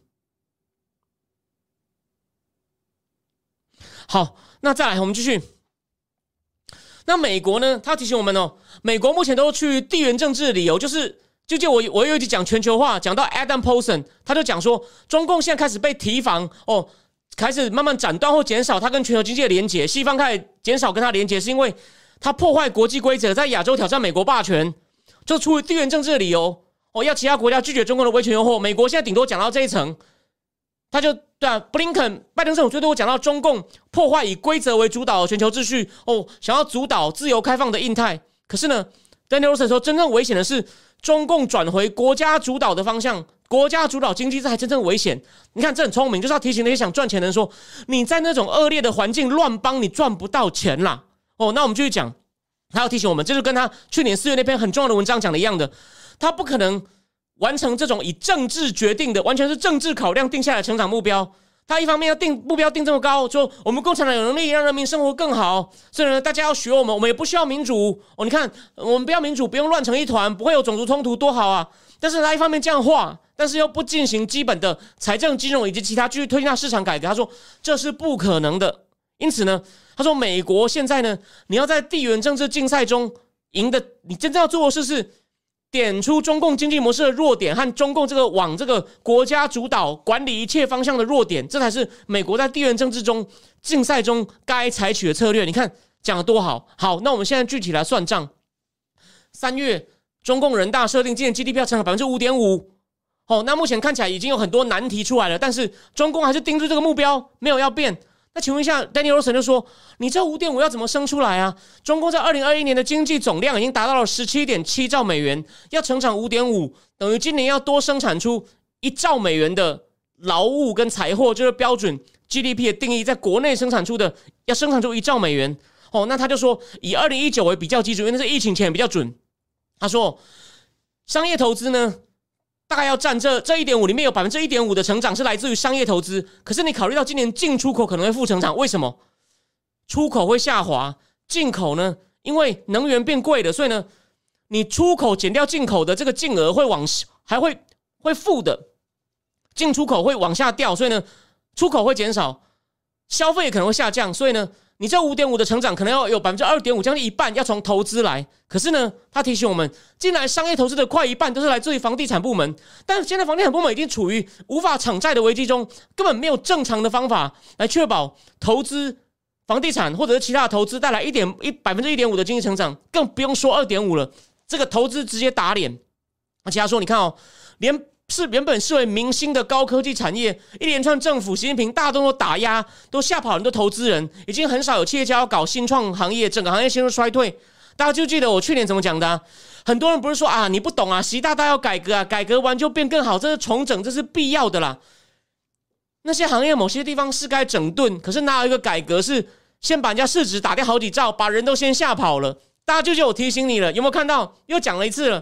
好，那再来我们继续。那美国呢？他提醒我们哦，美国目前都去地缘政治理由，就我有一集讲全球化，讲到 Adam Paulson， 他就讲说，中共现在开始被提防哦，开始慢慢斩断或减少他跟全球经济的连结，西方开始减少跟他连结，是因为他破坏国际规则，在亚洲挑战美国霸权，就出于地缘政治的理由哦，要其他国家拒绝中共的威权诱惑。美国现在顶多讲到这一层，他就对啊，布林肯拜登政府最多讲到中共破坏以规则为主导的全球秩序哦，想要主导自由开放的印太。可是呢 ，Daniel Rosen 说，真正危险的是中共转回国家主导的方向，国家主导经济这才真正危险。你看，这很聪明，就是要提醒那些想赚钱的人说，你在那种恶劣的环境乱帮，你赚不到钱啦。哦，那我们继续讲，他要提醒我们，这就跟他去年4月那篇很重要的文章讲的一样的，他不可能完成这种以政治决定的，完全是政治考量定下来的成长目标。他一方面要定目标定这么高，说我们共产党有能力让人民生活更好，所以呢，大家要学我们，我们也不需要民主哦。你看，我们不要民主，不用乱成一团，不会有种族冲突，多好啊！但是他一方面这样画，但是又不进行基本的财政、金融以及其他继续推进他市场改革，他说这是不可能的。因此呢，他说美国现在呢，你要在地缘政治竞赛中赢的，你真正要做的事是点出中共经济模式的弱点和中共这个往这个国家主导管理一切方向的弱点，这才是美国在地缘政治中竞赛中该采取的策略。你看讲得多好。好，那我们现在具体来算账。3月中共人大设定今年 GDP 要成长 5.5%。哦，那目前看起来已经有很多难题出来了，但是中共还是盯住这个目标，没有要变。那请问一下 ，Daniel Rosen 就说：“你这 5.5 要怎么生出来啊？中共在2021年的经济总量已经达到了 17.7 兆美元，要成长 5.5， 等于今年要多生产出1兆美元的劳务跟财货，就是标准 GDP 的定义，在国内生产出的要生产出1兆美元。哦，那他就说以2019为比较基准，因为那是疫情前比较准。他说，商业投资呢？”大概要占这 1.5 里面有 1.5% 的成长是来自于商业投资，可是你考虑到今年进出口可能会负成长，为什么？出口会下滑，进口呢？因为能源变贵了，所以呢，你出口减掉进口的这个净额还会负的，进出口会往下掉，所以呢，出口会减少，消费也可能会下降，所以呢，你这 5.5 的成长可能要有 2.5%， 将近一半要从投资来。可是呢，他提醒我们，近来商业投资的快一半都是来自于房地产部门，但现在房地产部门已经处于无法偿债的危机中，根本没有正常的方法来确保投资房地产或者是其他的投资带来 1.5% 的经济成长，更不用说 2.5 了，这个投资直接打脸。而且他说，你看哦，原本视为明星的高科技产业，一连串政府、习近平大动作打压，都吓跑很多投资人，已经很少有企业家要搞新创行业，整个行业陷入衰退。大家就记得我去年怎么讲的啊？很多人不是说啊，你不懂啊，习大大要改革啊，改革完就变更好，这是重整，这是必要的啦。那些行业某些地方是该整顿，可是哪有一个改革是先把人家市值打掉好几兆，把人都先吓跑了？大家就我提醒你了，有没有看到？又讲了一次了。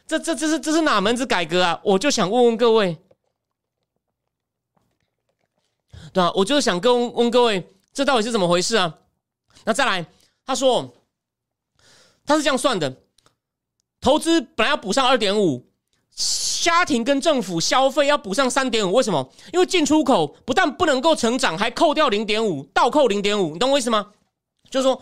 这是哪门子改革啊？我就想问问各位，对啊，我就是想问各位，这到底是怎么回事啊？那再来，他说他是这样算的，投资本来要补上 2.5， 家庭跟政府消费要补上 3.5， 为什么？因为进出口不但不能够成长，还扣掉 0.5， 倒扣 0.5， 你懂我意思吗？就是说，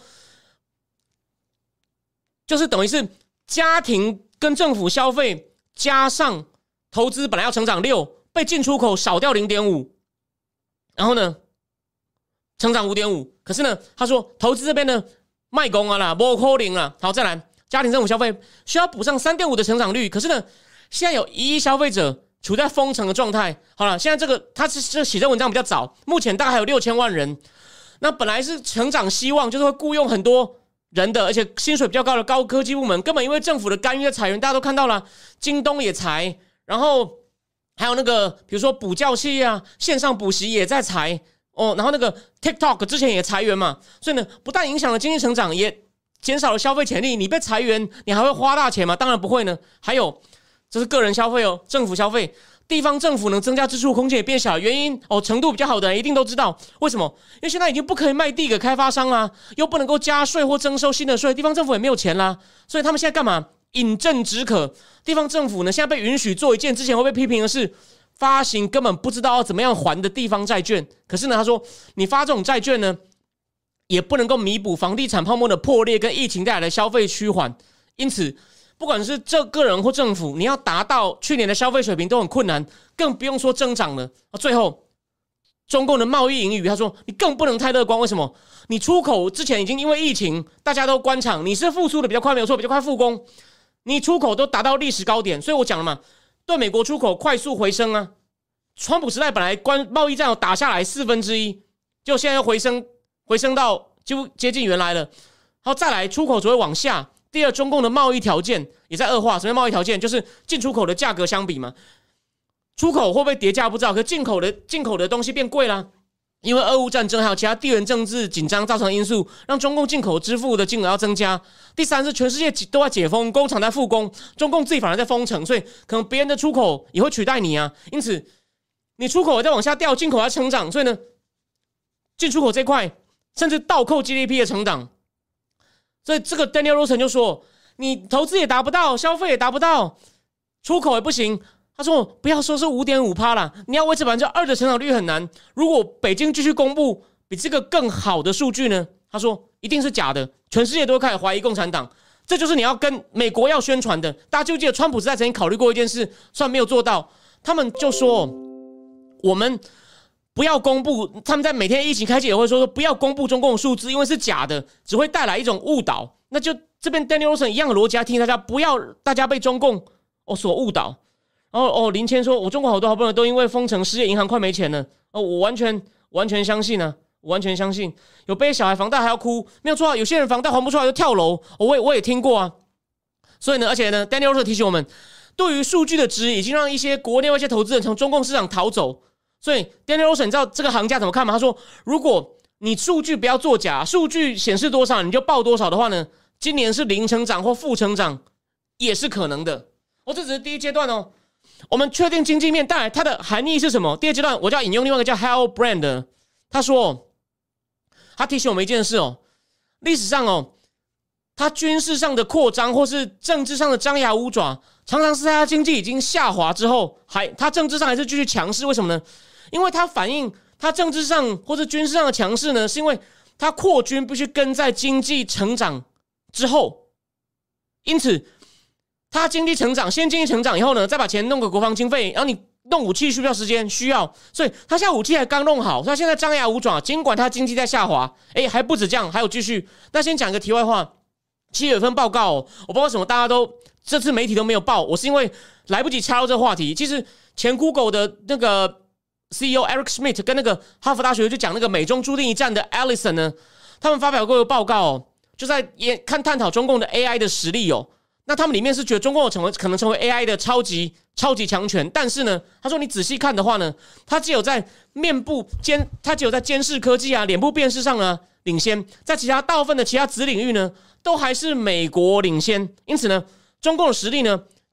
就是等于是家庭跟政府消费加上投资本来要成长6，被进出口少掉 0.5， 然后呢成长 5.5， 可是呢他说投资这边呢卖功啊啦，不可能啦。好，再来家庭政府消费需要补上 3.5 的成长率，可是呢现在有1亿消费者处在封城的状态。好了，现在这个他是写这文章比较早，目前大概还有6000万人。那本来是成长希望，就是会雇佣很多人的，而且薪水比较高的高科技部门，根本因为政府的干预在裁员，大家都看到了，京东也裁，然后还有那个比如说补教企业啊，线上补习也在裁哦，然后那个 TikTok 之前也裁员嘛，所以呢，不但影响了经济成长，也减少了消费潜力。你被裁员，你还会花大钱吗？当然不会呢。还有，这是个人消费哦，政府消费。地方政府能增加支出空间也变小，原因程度比较好的人一定都知道为什么？因为现在已经不可以卖地给开发商啦，又不能够加税或征收新的税，地方政府也没有钱啦，所以他们现在干嘛？饮鸩止渴。地方政府呢，现在被允许做一件之前会被批评的是发行根本不知道要怎么样还的地方债券。可是呢，他说你发这种债券呢，也不能够弥补房地产泡沫的破裂跟疫情带来的消费趋缓，因此。不管是这个人或政府，你要达到去年的消费水平都很困难，更不用说增长了。最后，中共的贸易盈余，他说你更不能太乐观。为什么？你出口之前已经因为疫情大家都关厂，你是复苏的比较快，没有错，比较快复工，你出口都达到历史高点。所以我讲了嘛，对美国出口快速回升啊。川普时代本来贸易战有打下来1/4，就现在又回升到就接近原来了。好，再来出口只会往下。第二，中共的贸易条件也在恶化。什么贸易条件？就是进出口的价格相比嘛，出口会不会跌价不知道，可进口的东西变贵啦，因为俄乌战争还有其他地缘政治紧张造成的因素，让中共进口支付的金额要增加。第三是全世界都在解封，工厂在复工，中共自己反而在封城，所以可能别人的出口也会取代你啊。因此，你出口也在往下掉，进口在成长，所以呢，进出口这块甚至倒扣 GDP 的成长。所以这个 Daniel Rosen 就说，你投资也达不到，消费也达不到，出口也不行。他说不要说是 5.5% 啦，你要维持 2% 的成长率很难。如果北京继续公布比这个更好的数据呢，他说一定是假的，全世界都会开始怀疑共产党。这就是你要跟美国要宣传的。大家就记得川普时代曾经考虑过一件事，虽然没有做到，他们就说我们不要公布，他们在每天疫情开记也会说不要公布中共的数字，因为是假的，只会带来一种误导。那就这边 Daniel Rosen 一样的逻辑，提醒大家不要大家被中共所误导。然后林谦说，我中国好多好朋友都因为封城失业，银行快没钱了。我完全相信啊，我完全相信。有背小孩房贷还要哭，没有错啊。有些人房贷还不出来就跳楼，我也听过啊。所以呢，而且呢 ，Daniel Rosen 提醒我们，对于数据的质疑已经让一些国内外一些投资人从中共市场逃走。所以 Daniel Rosen 你知道这个行家怎么看吗？他说，如果你数据不要作假，数据显示多少你就报多少的话呢，今年是零成长或负成长也是可能的。这只是第一阶段哦。我们确定经济面带来它的含义是什么？第二阶段我就要引用另外一个叫 Hal Brand， 他说，他提醒我们一件事哦，历史上他军事上的扩张或是政治上的张牙舞爪，常常是在他经济已经下滑之后，他政治上还是继续强势。为什么呢？因为他反映他政治上或是军事上的强势呢，是因为他扩军必须跟在经济成长之后，因此他经济成长，先经济成长以后呢，再把钱弄个国防经费，然后你弄武器需要时间，需要，所以他现在武器还刚弄好，他现在张牙舞爪，尽管他经济在下滑，还不止这样，还有继续。那先讲一个题外话，7月有份报告我不知道为什么大家都这次媒体都没有报，我是因为来不及插入这个话题。其实前 Google 的那个 CEO Eric Schmidt 跟那个哈佛大学就讲那个美中注定一战的 Allison 呢，他们发表过一个报告就在探讨中共的 AI 的实力那他们里面是觉得中共可能成为 AI 的超级强权，但是呢，他说你仔细看的话呢，他只有在监视科技啊、脸部辨识上呢领先，在其他大部分的其他子领域呢，都还是美国领先。因此呢，中共的实力呢，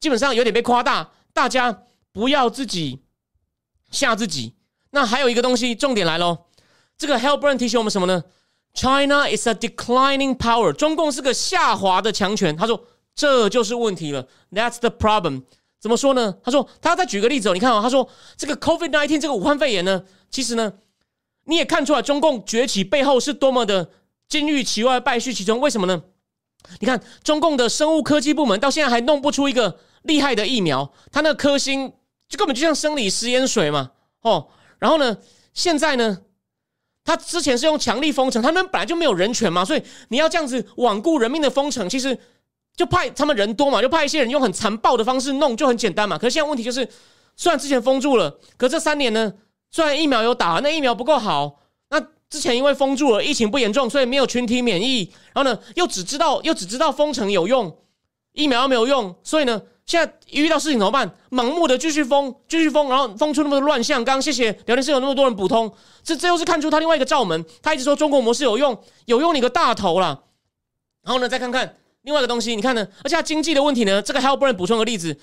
基本上有点被夸大，大家不要自己吓自己。那还有一个东西，重点来咯，这个 Halpern 提醒我们什么呢？ China is a declining power， 中共是个下滑的强权。他说这就是问题了， That's the problem。 怎么说呢？他说他再举个例子你看他说这个 COVID-19 这个武汉肺炎呢，其实呢你也看出来中共崛起背后是多么的金玉其外败絮其中。为什么呢？你看中共的生物科技部门到现在还弄不出一个厉害的疫苗，他那个科兴就根本就像生理食盐水嘛。然后呢现在呢他之前是用强力封城，他们本来就没有人权嘛，所以你要这样子罔顾人命的封城，其实就派他们人多嘛，就派一些人用很残暴的方式弄，就很简单嘛。可是现在问题就是，虽然之前封住了，可这3年呢，虽然疫苗有打，那疫苗不够好，那之前因为封住了，疫情不严重，所以没有群体免疫，然后呢又只知道封城有用，疫苗没有用，所以呢现在遇到事情怎么办？盲目的继续封，然后封出那么多乱象。刚刚谢谢聊天室有那么多人补通，这又是看出他另外一个罩门。他一直说中国模式有用你个大头啦。然后呢，再看看另外一个东西，你看呢？而且他经济的问题呢，这个 Halpern 补充个例子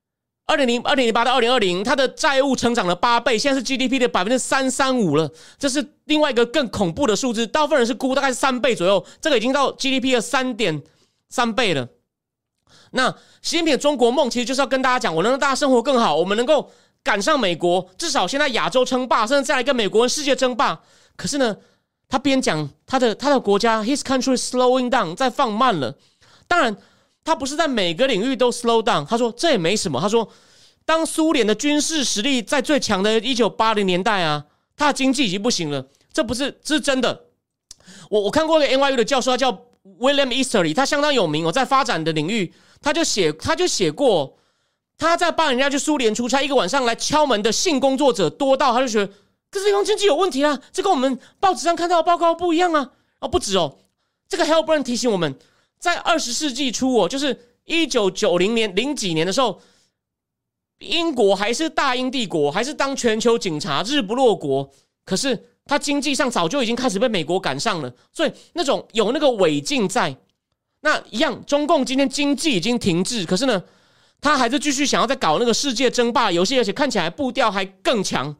，2008到2020，它的债务成长了8倍，现在是 GDP 的335%了，这是另外一个更恐怖的数字。大部分人是估大概是3倍左右，这个已经到 GDP 的3.3倍了。那习近平的中国梦其实就是要跟大家讲，我能让大家生活更好，我们能够赶上美国，至少现在亚洲称霸，甚至再来跟美国人世界争霸。可是呢，他边讲他的国家 his country slowing down 在放慢了。当然他不是在每个领域都 slow down， 他说这也没什么。他说当苏联的军事实力在最强的1980年代啊，他的经济已经不行了，这是真的。我看过一个 NYU 的教授，他叫 William Easterly， 他相当有名在发展的领域，他就写过，他在帮人家去苏联出差，一个晚上来敲门的性工作者多到他就觉得这地方经济有问题啦，这跟我们报纸上看到的报告不一样啊。不止这个 Halpern 提醒我们，在20世纪初就是1990年零几年的时候，英国还是大英帝国，还是当全球警察，日不落国，可是他经济上早就已经开始被美国赶上了，所以那种有那个违禁在。那一样，中共今天经济已经停滞，可是呢他还是继续想要再搞那个世界争霸游戏，而且看起来步调还更强。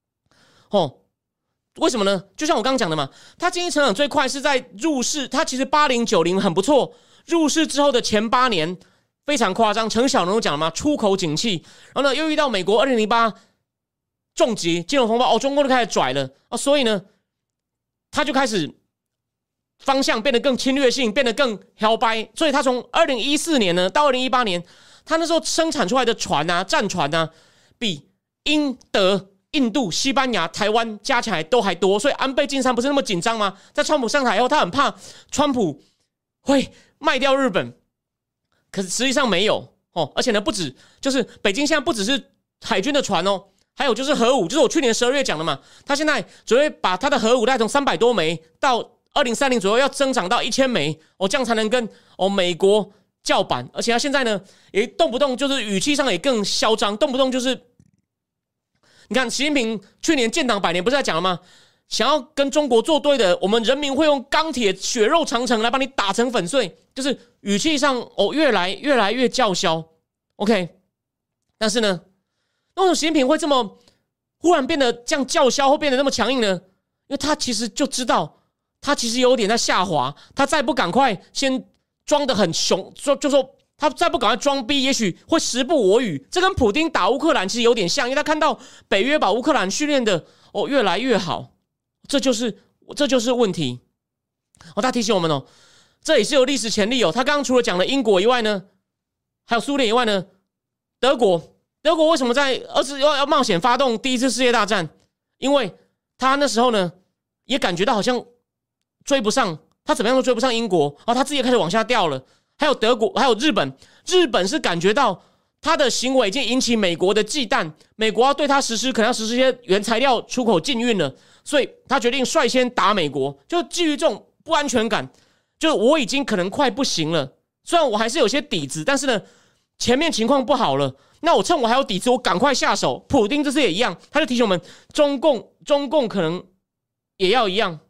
为什么呢？就像我刚刚讲的嘛，他经济成长最快是在入世，他其实80、90很不错，入世之后的前8年非常夸张。陈小龙讲了嘛，出口景气，然后呢又遇到美国2008重击金融风暴，中共就开始拽了所以呢他就开始方向变得更侵略性，变得更摇摆。所以他从2014年呢到2018年，他那时候生产出来的船啊，战船啊，比英德印度、西班牙、台湾加起来都还多，所以安倍晋三不是那么紧张吗？在川普上台后，他很怕川普会卖掉日本，可是实际上没有而且呢，不止，就是北京现在不只是海军的船还有就是核武，就是我去年12月讲的嘛，他现在准备把他的核武带从300多枚到2030左右要增长到1000枚这样才能跟美国叫板。而且他现在呢，也动不动就是语气上也更嚣张，动不动就是。你看，习近平去年建党100年不是在讲了吗？想要跟中国作对的，我们人民会用钢铁血肉长城来把你打成粉碎，就是语气上越来越叫嚣。OK， 但是呢，那为什么习近平会这么忽然变得这样叫嚣，或变得那么强硬呢？因为他其实就知道，他其实有点在下滑，他再不赶快先装得很凶，就说。他再不赶快装逼，也许会时不我与。这跟普丁打乌克兰其实有点像，因为他看到北约把乌克兰训练的越来越好，这就是问题。他提醒我们这也是有历史潜力他刚刚除了讲了英国以外呢，还有苏联以外呢，德国为什么在要冒险发动第一次世界大战？因为他那时候呢也感觉到好像追不上，他怎么样都追不上英国，他自己也开始往下掉了。还有德国，还有日本是感觉到他的行为已经引起美国的忌惮，美国要对他可能要实施一些原材料出口禁运了，所以他决定率先打美国。就基于这种不安全感，就我已经可能快不行了，虽然我还是有些底子，但是呢，前面情况不好了，那我趁我还有底子，我赶快下手。普丁这次也一样，他就提醒我们，中共可能也要一样。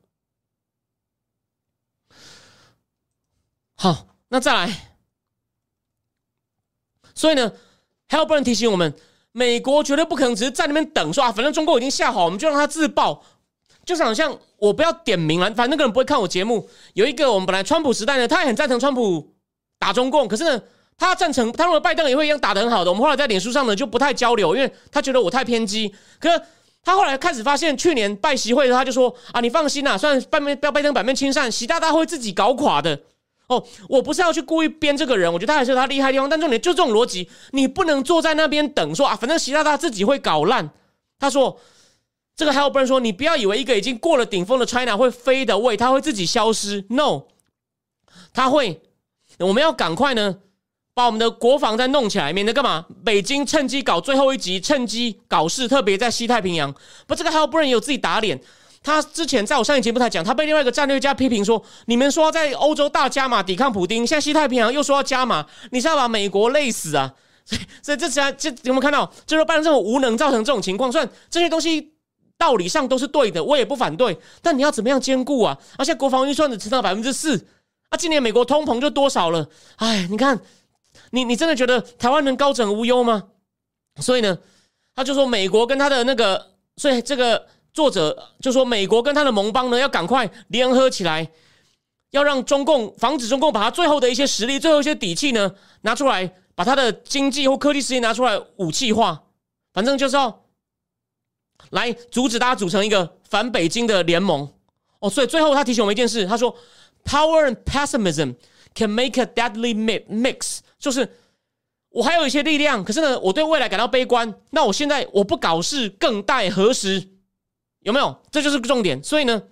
好。那再来， 所以呢 Halpern 提醒我们，美国绝对不可能只是在那边等说反正中共已经下好，我们就让他自爆。就是好像我不要点名了，反正那个人不会看我节目。有一个我们本来川普时代呢，他也很赞成川普打中共，可是呢，他赞成他认为拜登也会一样打得很好的。我们后来在脸书上呢就不太交流，因为他觉得我太偏激。可是他后来开始发现，去年拜习会的时候他就说你放心啦，虽然拜登版面亲善，习大大会自己搞垮的。我不是要去故意编这个人，我觉得他还是有他厉害的地方，但重点就这种逻辑，你不能坐在那边等说反正习大大自己会搞烂。他说。这个 Halpern 说，你不要以为一个已经过了顶峰的 China 会fade away，它会自己消失。No， 它会，我们要赶快呢，把我们的国防再弄起来，免得干嘛？北京趁机搞最后一集，趁机搞事，特别在西太平洋。不，这个 Halpern 也有自己打脸。他之前在我上一节目才讲，他被另外一个战略家批评说，你们说要在欧洲大加码抵抗普丁，现在西太平洋又说要加码，你是要把美国累死啊？所以这有没有看到？就是拜登政府无能造成这种情况。虽然这些东西。道理上都是对的，我也不反对，但你要怎么样兼顾啊？而且国防预算只增到 4%， 今年美国通膨就多少了？哎，你看，你真的觉得台湾能高枕无忧吗？所以呢，他就说美国跟他的那个，所以这个作者就说美国跟他的盟邦呢要赶快联合起来，要让中共防止中共把他最后的一些实力、最后一些底气呢拿出来，把他的经济或科技实力拿出来武器化，反正就是要。来阻止大家组成一个反北京的联盟所以最后他提醒我们一件事，他说 Power and pessimism can make a deadly mix， 就是我还有一些力量，可是呢我对未来感到悲观，那我现在我不搞事更待何时？有没有？这就是重点。所以呢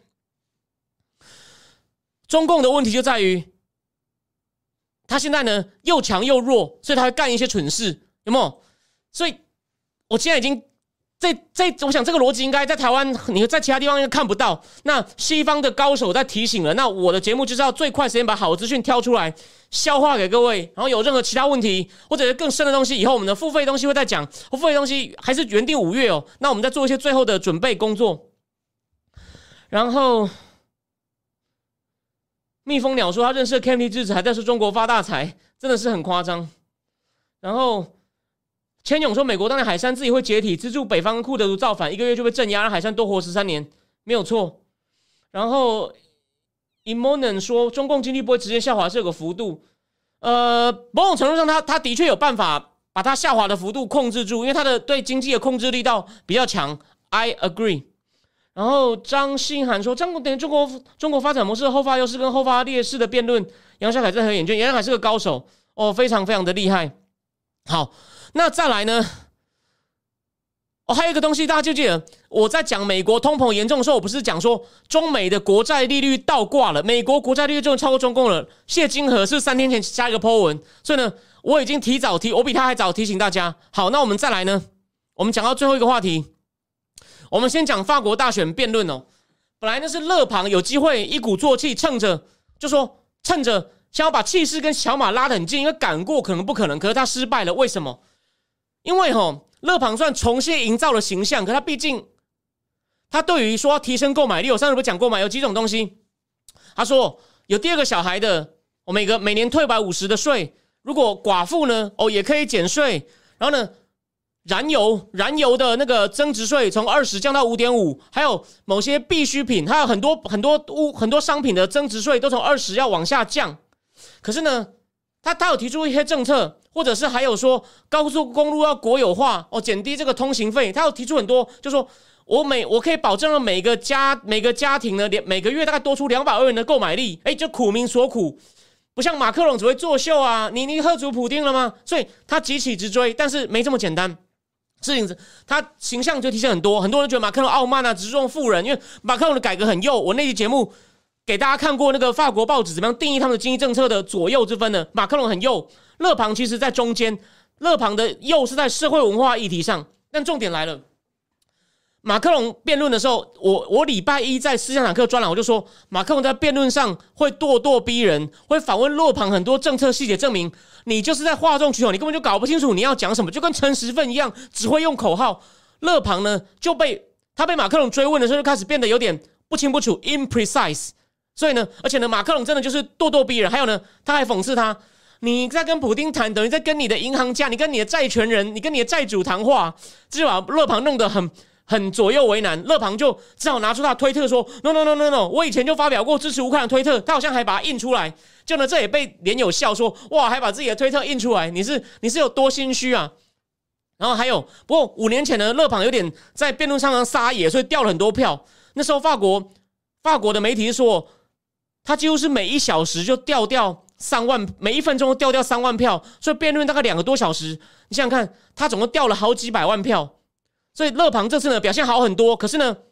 中共的问题就在于他现在呢又强又弱，所以他会干一些蠢事，有没有？所以我现在已经我想这个逻辑应该在台湾，你在其他地方应该看不到。那西方的高手在提醒了，那我的节目就是要最快时间把好资讯挑出来，消化给各位。然后有任何其他问题或者是更深的东西，以后我们的付费东西会再讲。付费东西还是原定5月那我们再做一些最后的准备工作。然后蜜蜂鸟说他认识的 Kennedy 智子还在说中国发大财，真的是很夸张。然后。千勇说，美国当年海珊自己会解体，资助北方跟库德族造反，1个月就被镇压，让海珊多活13年，没有错。然后 Imonen 说，中共经济不会直接下滑，是有个幅度。某种程度上他的确有办法把它下滑的幅度控制住，因为他的对经济的控制力道比较强。I agree。然后张新涵说，中国发展模式后发优势跟后发劣势的辩论，杨小凯在很眼见，杨小凯是个高手非常非常的厉害。好。那再来呢？还有一个东西大家就记得，我在讲美国通膨严重的时候，我不是讲说中美的国债利率倒挂了，美国国债利率就超过中共了。谢金河是3天前加一个 po 文，所以呢，我已经我比他还早提醒大家。好，那我们再来呢？我们讲到最后一个话题，我们先讲法国大选辩论本来呢是勒庞有机会一鼓作气，趁着想要把气势跟小马拉得很近，因为赶过可能不可能，可是他失败了，为什么？因为勒庞算重新营造了形象，可他毕竟他对于说要提升购买力，我上次不是讲过吗？有几种东西，他说有第2个小孩的，每年退150的税，如果寡妇呢也可以减税，然后呢燃油的那个增值税从20降到 5.5， 还有某些必需品，还有很多商品的增值税都从20要往下降。可是呢他有提出一些政策，或者是还有说高速公路要国有化减低这个通行费，他有提出很多，就说我可以保证了每个家庭呢每个月大概多出200欧元的购买力，就苦民所苦，不像马克龙只会作秀啊，你喝足普丁了吗？所以他急起直追，但是没这么简单。事情他形象就提升很多，很多人觉得马克龙傲慢啊，只重富人，因为马克龙的改革很右。我那期节目给大家看过那个法国报纸怎么样定义他们的经济政策的左右之分呢？马克龙很右，勒庞其实在中间，勒庞的右是在社会文化议题上。但重点来了，马克龙辩论的时候，我礼拜一在思想坦克专栏我就说，马克龙在辩论上会咄咄逼人，会访问勒庞很多政策细节，证明你就是在哗众取宠，你根本就搞不清楚你要讲什么，就跟陈时奋一样，只会用口号。勒庞呢被马克龙追问的时候，就开始变得有点不清不楚 ，imprecise。所以呢，而且呢，马克龙真的就是咄咄逼人。还有呢，他还讽刺他， 你在跟普丁谈，等于在跟你的银行家、你跟你的债权人、你跟你的债主谈话，这就把勒庞弄得很左右为难。勒庞就只好拿出他的推特说 ：“No No No No No， 我以前就发表过支持乌克兰的推特，他好像还把它印出来。”就呢，这也被连友笑说：“哇，还把自己的推特印出来，你是有多心虚啊？”然后还有，不过5年前呢，勒庞有点在辩论上撒野，所以掉了很多票。那时候法国的媒体是说，他几乎是每1小时就掉3万，每1分钟掉3万票，所以辩论大概2个多小时。你想想看，他总共掉了好几百万票，所以勒庞这次呢表现好很多。可是呢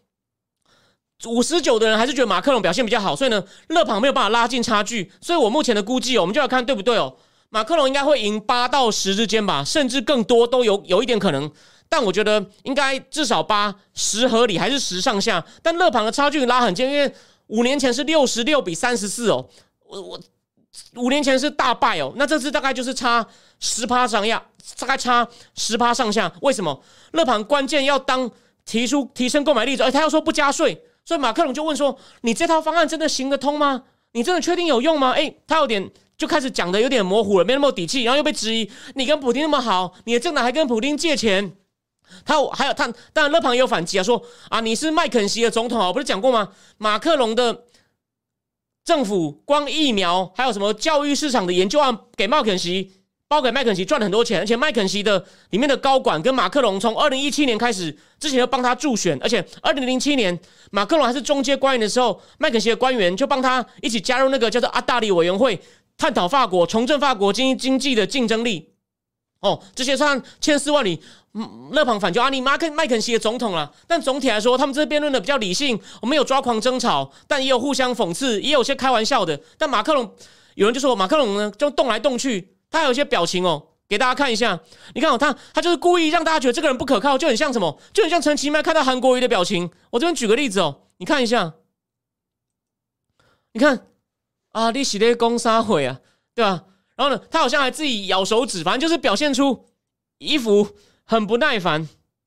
，59的人还是觉得马克龙表现比较好，所以呢，勒庞没有办法拉近差距。所以我目前的估计我们就要看对不对哦。马克龙应该会赢8到10之间吧，甚至更多都有一点可能。但我觉得应该至少8、10合理，还是10上下。但勒庞的差距拉很近，因为5年前是66比34哦，我5年前是大败哦，那这次大概就是差10%上下，大概差10%上下。为什么？勒庞关键要提升购买力，他要说不加税，所以马克龙就问说：“你这套方案真的行得通吗？你真的确定有用吗？”他有点就开始讲的有点模糊了，没那么有底气，然后又被质疑：你跟普丁那么好，你的政党还跟普丁借钱。当然勒庞也有反击啊，说啊你是麦肯锡的总统啊，我不是讲过吗？马克龙的政府光疫苗还有什么教育市场的研究案给麦肯锡赚了很多钱，而且麦肯锡的里面的高管跟马克龙从2017年开始之前就帮他助选，而且2007年马克龙还是中阶官员的时候，麦肯锡的官员就帮他一起加入那个叫做阿大里委员会，探讨重振法国经济的竞争力。这些算千丝万缕。勒庞反就你麦肯锡的总统了，但总体来说，他们这辩论的比较理性，我们有抓狂争吵，但也有互相讽刺，也有些开玩笑的。但马克龙有人就说马克龙呢就动来动去，他还有一些表情给大家看一下。你看他就是故意让大家觉得这个人不可靠，就很像什么，就很像陈其迈看到韩国瑜的表情。我这边举个例子你看一下，你看啊，你是在讲啥话啊，对吧？然后呢，他好像还自己咬手指，反正就是表现出一副很不耐烦，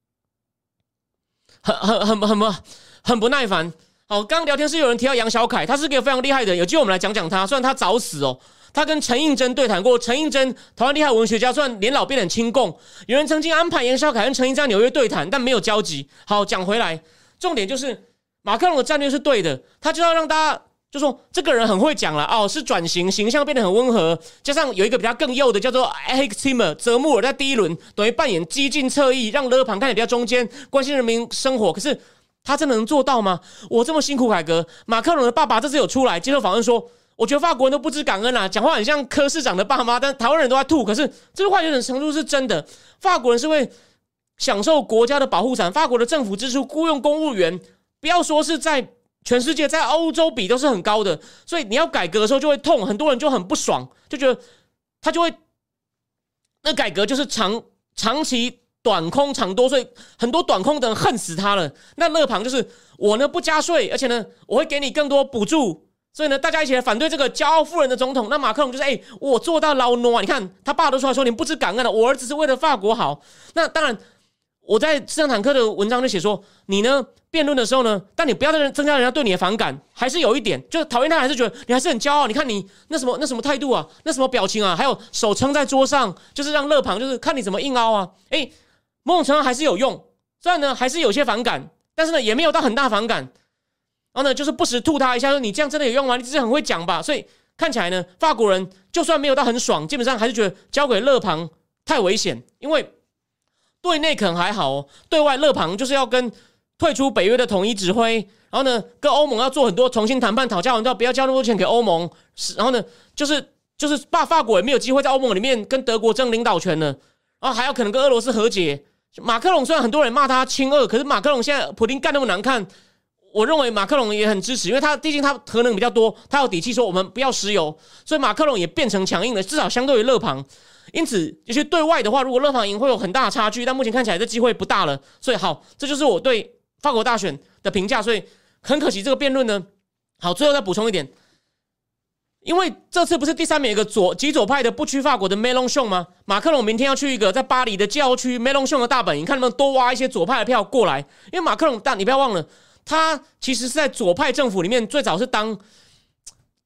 很不耐烦。好，刚刚聊天室有人提到杨小凯，他是个非常厉害的人，有机会我们来讲讲他。虽然他早死他跟陈映真对谈过，陈映真台湾厉害文学家，虽然年老变得很亲共，有人曾经安排杨小凯跟陈映真在纽约对谈，但没有交集。好，讲回来，重点就是马克龙的战略是对的，他就要让大家就说这个人很会讲了是转型，形象变得很温和，加上有一个比他更右的叫做 Eric Timmer 泽穆尔，在第一轮等于扮演激进侧翼，让勒庞看起来比较中间，关心人民生活。可是他真的能做到吗？我这么辛苦改革，马克龙的爸爸这次有出来接受访问说，我觉得法国人都不知感恩啦，讲话很像柯市长的爸妈，但台湾人都在吐。可是这句话有点程度是真的，法国人是会享受国家的保护伞，法国的政府支出雇佣公务员，不要说是在全世界，在欧洲比都是很高的，所以你要改革的时候就会痛，很多人就很不爽，就觉得他就会那改革就是长期短空长多，所以很多短空的人恨死他了。那勒庞就是我呢不加税，而且呢我会给你更多补助，所以呢大家一起来反对这个骄傲妇人的总统。那马克龙就是我做到老挪你看他爸都出来说你不知感恩了，我儿子是为了法国好。那当然我在市场坦克的文章就写说，你呢辩论的时候呢，但你不要增加人家对你的反感，还是有一点，就是讨厌他还是觉得你还是很骄傲。你看你那什么态度啊，那什么表情啊，还有手撑在桌上，就是让勒庞就是看你怎么硬凹啊。某种程度还是有用，虽然呢还是有些反感，但是呢也没有到很大反感。然后呢就是不时吐他一下，说你这样真的有用吗？你只是很会讲吧。所以看起来呢，法国人就算没有到很爽，基本上还是觉得交给勒庞太危险，因为对内可能还好对外勒庞就是要跟退出北约的统一指挥，然后呢跟欧盟要做很多重新谈判，讨价还价，不要交那么多钱给欧盟，然后呢就是法国也没有机会在欧盟里面跟德国争领导权了，然后还要可能跟俄罗斯和解。马克龙虽然很多人骂他亲俄，可是马克龙现在普丁干那么难看，我认为马克龙也很支持，因为毕竟他核能比较多，他有底气说我们不要石油，所以马克龙也变成强硬的，至少相对于勒庞。因此就是对外的话，如果勒庞赢会有很大的差距，但目前看起来这机会不大了。所以好，这就是我对法国大选的评价。所以很可惜这个辩论呢，好，最后再补充一点，因为这次不是第3名有一个极左派的不屈法国的梅隆雄吗？马克龙明天要去一个在巴黎的郊区梅隆雄的大本营，看能不能多挖一些左派的票过来。因为马克龙，但你不要忘了，他其实是在左派政府里面最早是当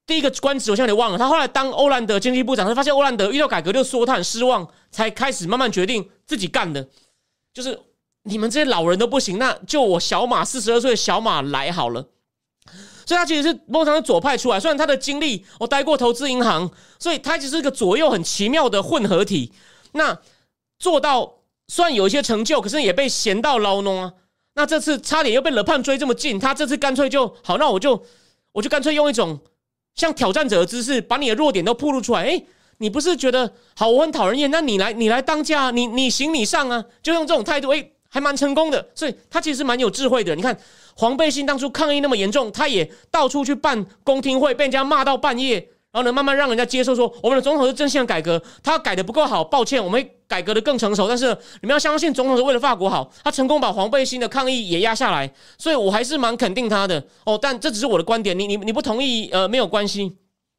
第一个官职我现在有点忘了，他后来当欧兰德经济部长，他发现欧兰德遇到改革就说他很失望，才开始慢慢决定自己干的，就是你们这些老人都不行，那就我小马42岁的小马来好了。所以他其实是某种程度左派出来，虽然他的经历我待过投资银行，所以他其实是一个左右很奇妙的混合体。那做到虽然有一些成就，可是也被嫌到老弄啊。那这次差点又被勒潘追这么近，他这次干脆就好，那我就干脆用一种像挑战者的姿势，把你的弱点都暴露出来。哎，你不是觉得好我很讨人厌，那你来当家，你行你上啊，就用这种态度，哎，还蛮成功的。所以他其实蛮有智慧的。你看黄背心当初抗议那么严重，他也到处去办公听会，被人家骂到半夜，然后呢慢慢让人家接受说我们的总统是真心的改革，他改的不够好，抱歉，我们会改革的更成熟，但是你们要相信总统是为了法国好，他成功把黄背心的抗议也压下来，所以我还是蛮肯定他的哦。但这只是我的观点，你不同意没有关系。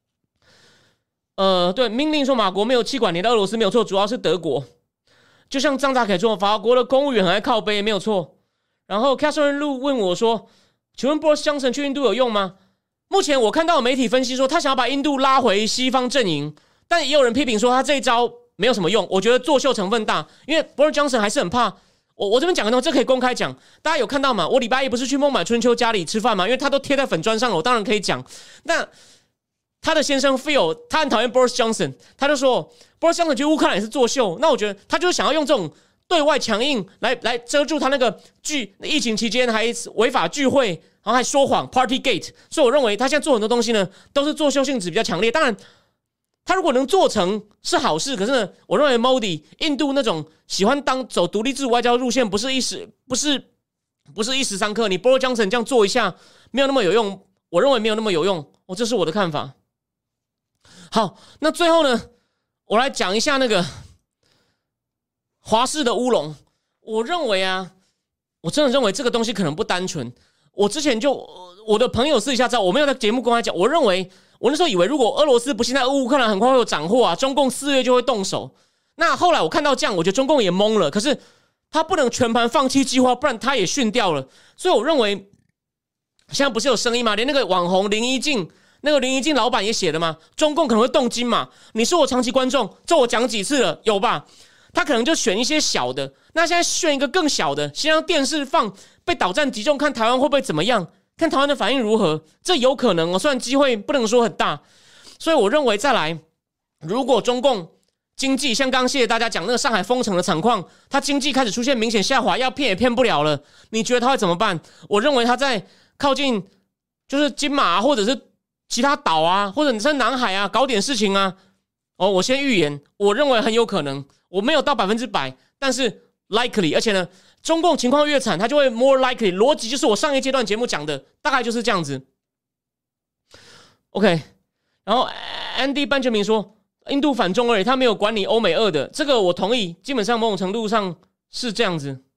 对，命令说马国没有气管连到俄罗斯没有错，主要是德国。就像张扎凯说，法国的公务员很爱靠背，没有错。然后 Catherine Lu 问我说：“请问 Boris Johnson 去印度有用吗？”目前我看到媒体分析说，他想要把印度拉回西方阵营，但也有人批评说他这一招没有什么用。我觉得作秀成分大，因为 Boris Johnson 还是很怕。我这边讲的东西，这可以公开讲，大家有看到吗？我礼拜一不是去孟买春秋家里吃饭吗？因为他都贴在粉砖上了，我当然可以讲。那他的先生 Phil 他很讨厌 Boris Johnson， 他就说 Boris Johnson 去乌克兰也是作秀。那我觉得他就是想要用这种对外强硬来遮住他那个疫情期间还违法聚会，然后还说谎 Partygate。所以我认为他现在做很多东西呢，都是作秀性质比较强烈。当然，他如果能做成是好事，可是呢，我认为 Modi 印度那种喜欢走独立自主外交路线，不是一时三刻。你 Boris Johnson 这样做一下没有那么有用，我认为没有那么有用。这是我的看法。好，那最后呢，我来讲一下那个华视的乌龙。我认为啊，我真的认为这个东西可能不单纯。我之前我的朋友私底下知道，我没有在节目公开讲。我认为我那时候以为，如果俄罗斯不现在乌克兰很快会有斩获啊，中共4月就会动手。那后来我看到这样，我觉得中共也懵了。可是他不能全盘放弃计划，不然他也训掉了。所以我认为现在不是有声音吗？连那个网红林一静。那个林宜静老板也写了嘛，中共可能会动金嘛？你是我长期观众，这我讲几次了，有吧？他可能就选一些小的，那现在选一个更小的，先让电视放，被导弹击中，看台湾会不会怎么样，看台湾的反应如何，这有可能哦，虽然机会不能说很大。所以我认为再来，如果中共经济像刚谢谢大家讲那个上海封城的惨况，他经济开始出现明显下滑，要骗也骗不了了，你觉得他会怎么办？我认为他在靠近就是金马或者是其他岛啊，或者你在南海啊，搞点事情啊。我先预言，我认为很有可能，我没有到100%，但是 likely， 而且呢，中共情况越惨，它就会 more likely。逻辑就是我上一阶段节目讲的，大概就是这样子。OK， 然后 Andy Benjamin 说，印度反中而已，他没有管你欧美俄的，这个我同意，基本上某种程度上是这样子。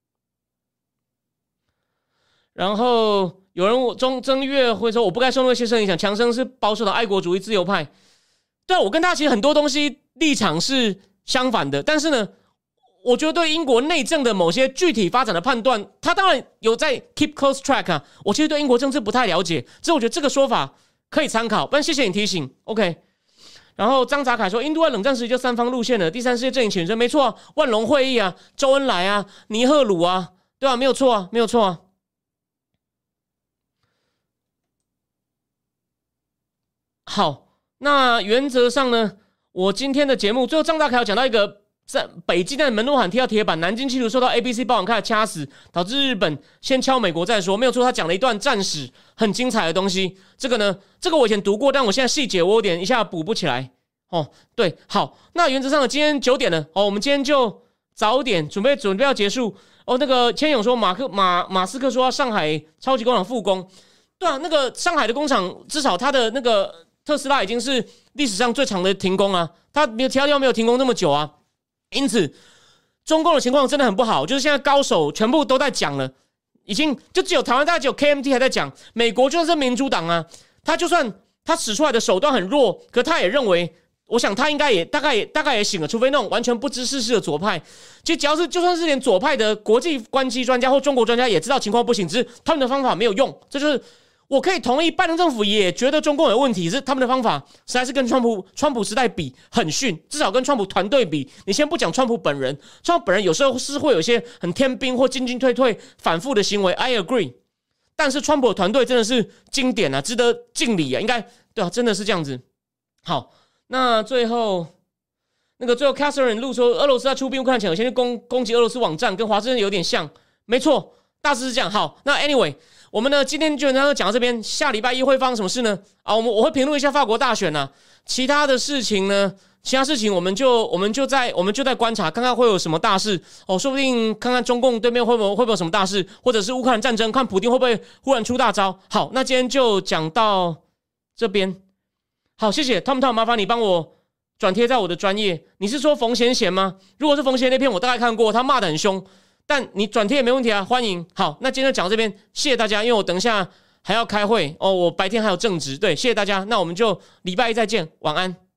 然后有人正月会说，我不该受那些声影响，强生是保守的爱国主义自由派。对，我跟他其实很多东西立场是相反的，但是呢，我觉得对英国内政的某些具体发展的判断，他当然有在 keep close track 啊。我其实对英国政治不太了解，所以我觉得这个说法可以参考。但谢谢你提醒 ，OK。然后张杂凯说，印度在冷战时期就三方路线了，第三世界阵营请人，没错啊，万隆会议啊，周恩来啊，尼赫鲁啊，对吧？没有错啊，没有错啊。好，那原则上呢，我今天的节目最后张大凯有讲到一个，在北京的门诺喊踢到铁板，南京企图受到 ABC 爆网开始掐死，导致日本先敲美国再说，没有错。他讲了一段战史很精彩的东西，这个呢，这个我以前读过，但我现在细节我有点一下补不起来。对，好，那原则上呢，今天9点了，我们今天就早点准备要结束。那个千勇说马斯克说要上海超级工厂复工，对啊，那个上海的工厂至少他的那个特斯拉已经是历史上最长的停工啊，他没有其他地方没有停工那么久啊，因此中共的情况真的很不好，就是现在高手全部都在讲了，已经就只有台湾大概只有 KMT 还在讲，美国就算是民主党啊，他就算他使出来的手段很弱，可他也认为，我想他应该也大概也醒了，除非那种完全不知世事的左派，其实只要是就算是连左派的国际关系专家或中国专家也知道情况不行，只是他们的方法没有用，这就是我可以同意拜登政府也觉得中共有问题，是他们的方法实在是跟川普时代比很逊，至少跟川普团队比，你先不讲川普本人，川普本人有时候是会有一些很天兵或进进退退反复的行为 I agree， 但是川普的团队真的是经典啊，值得敬礼啊，应该对啊，真的是这样子。好，那最后 Catherine 录说，俄罗斯在出兵乌克兰前有先去攻击俄罗斯网站，跟华盛顿有点像，没错，大致是这样。好，那 anyway。我们呢，今天就讲到这边，下礼拜一会发生什么事呢？我会评论一下法国大选啊，其他事情我们就在观察，看看会有什么大事哦，说不定看看中共对面会不会有什么大事，或者是乌克兰战争，看普丁会不会忽然出大招。好，那今天就讲到这边。好，谢谢 Tom， 麻烦你帮我转贴在我的专页。你是说冯贤贤吗？如果是冯贤那篇，我大概看过，他骂得很凶。但你转贴也没问题啊，欢迎。好，那今天就讲到这边，谢谢大家。因为我等一下还要开会哦，我白天还有正职，对，谢谢大家。那我们就礼拜一再见，晚安。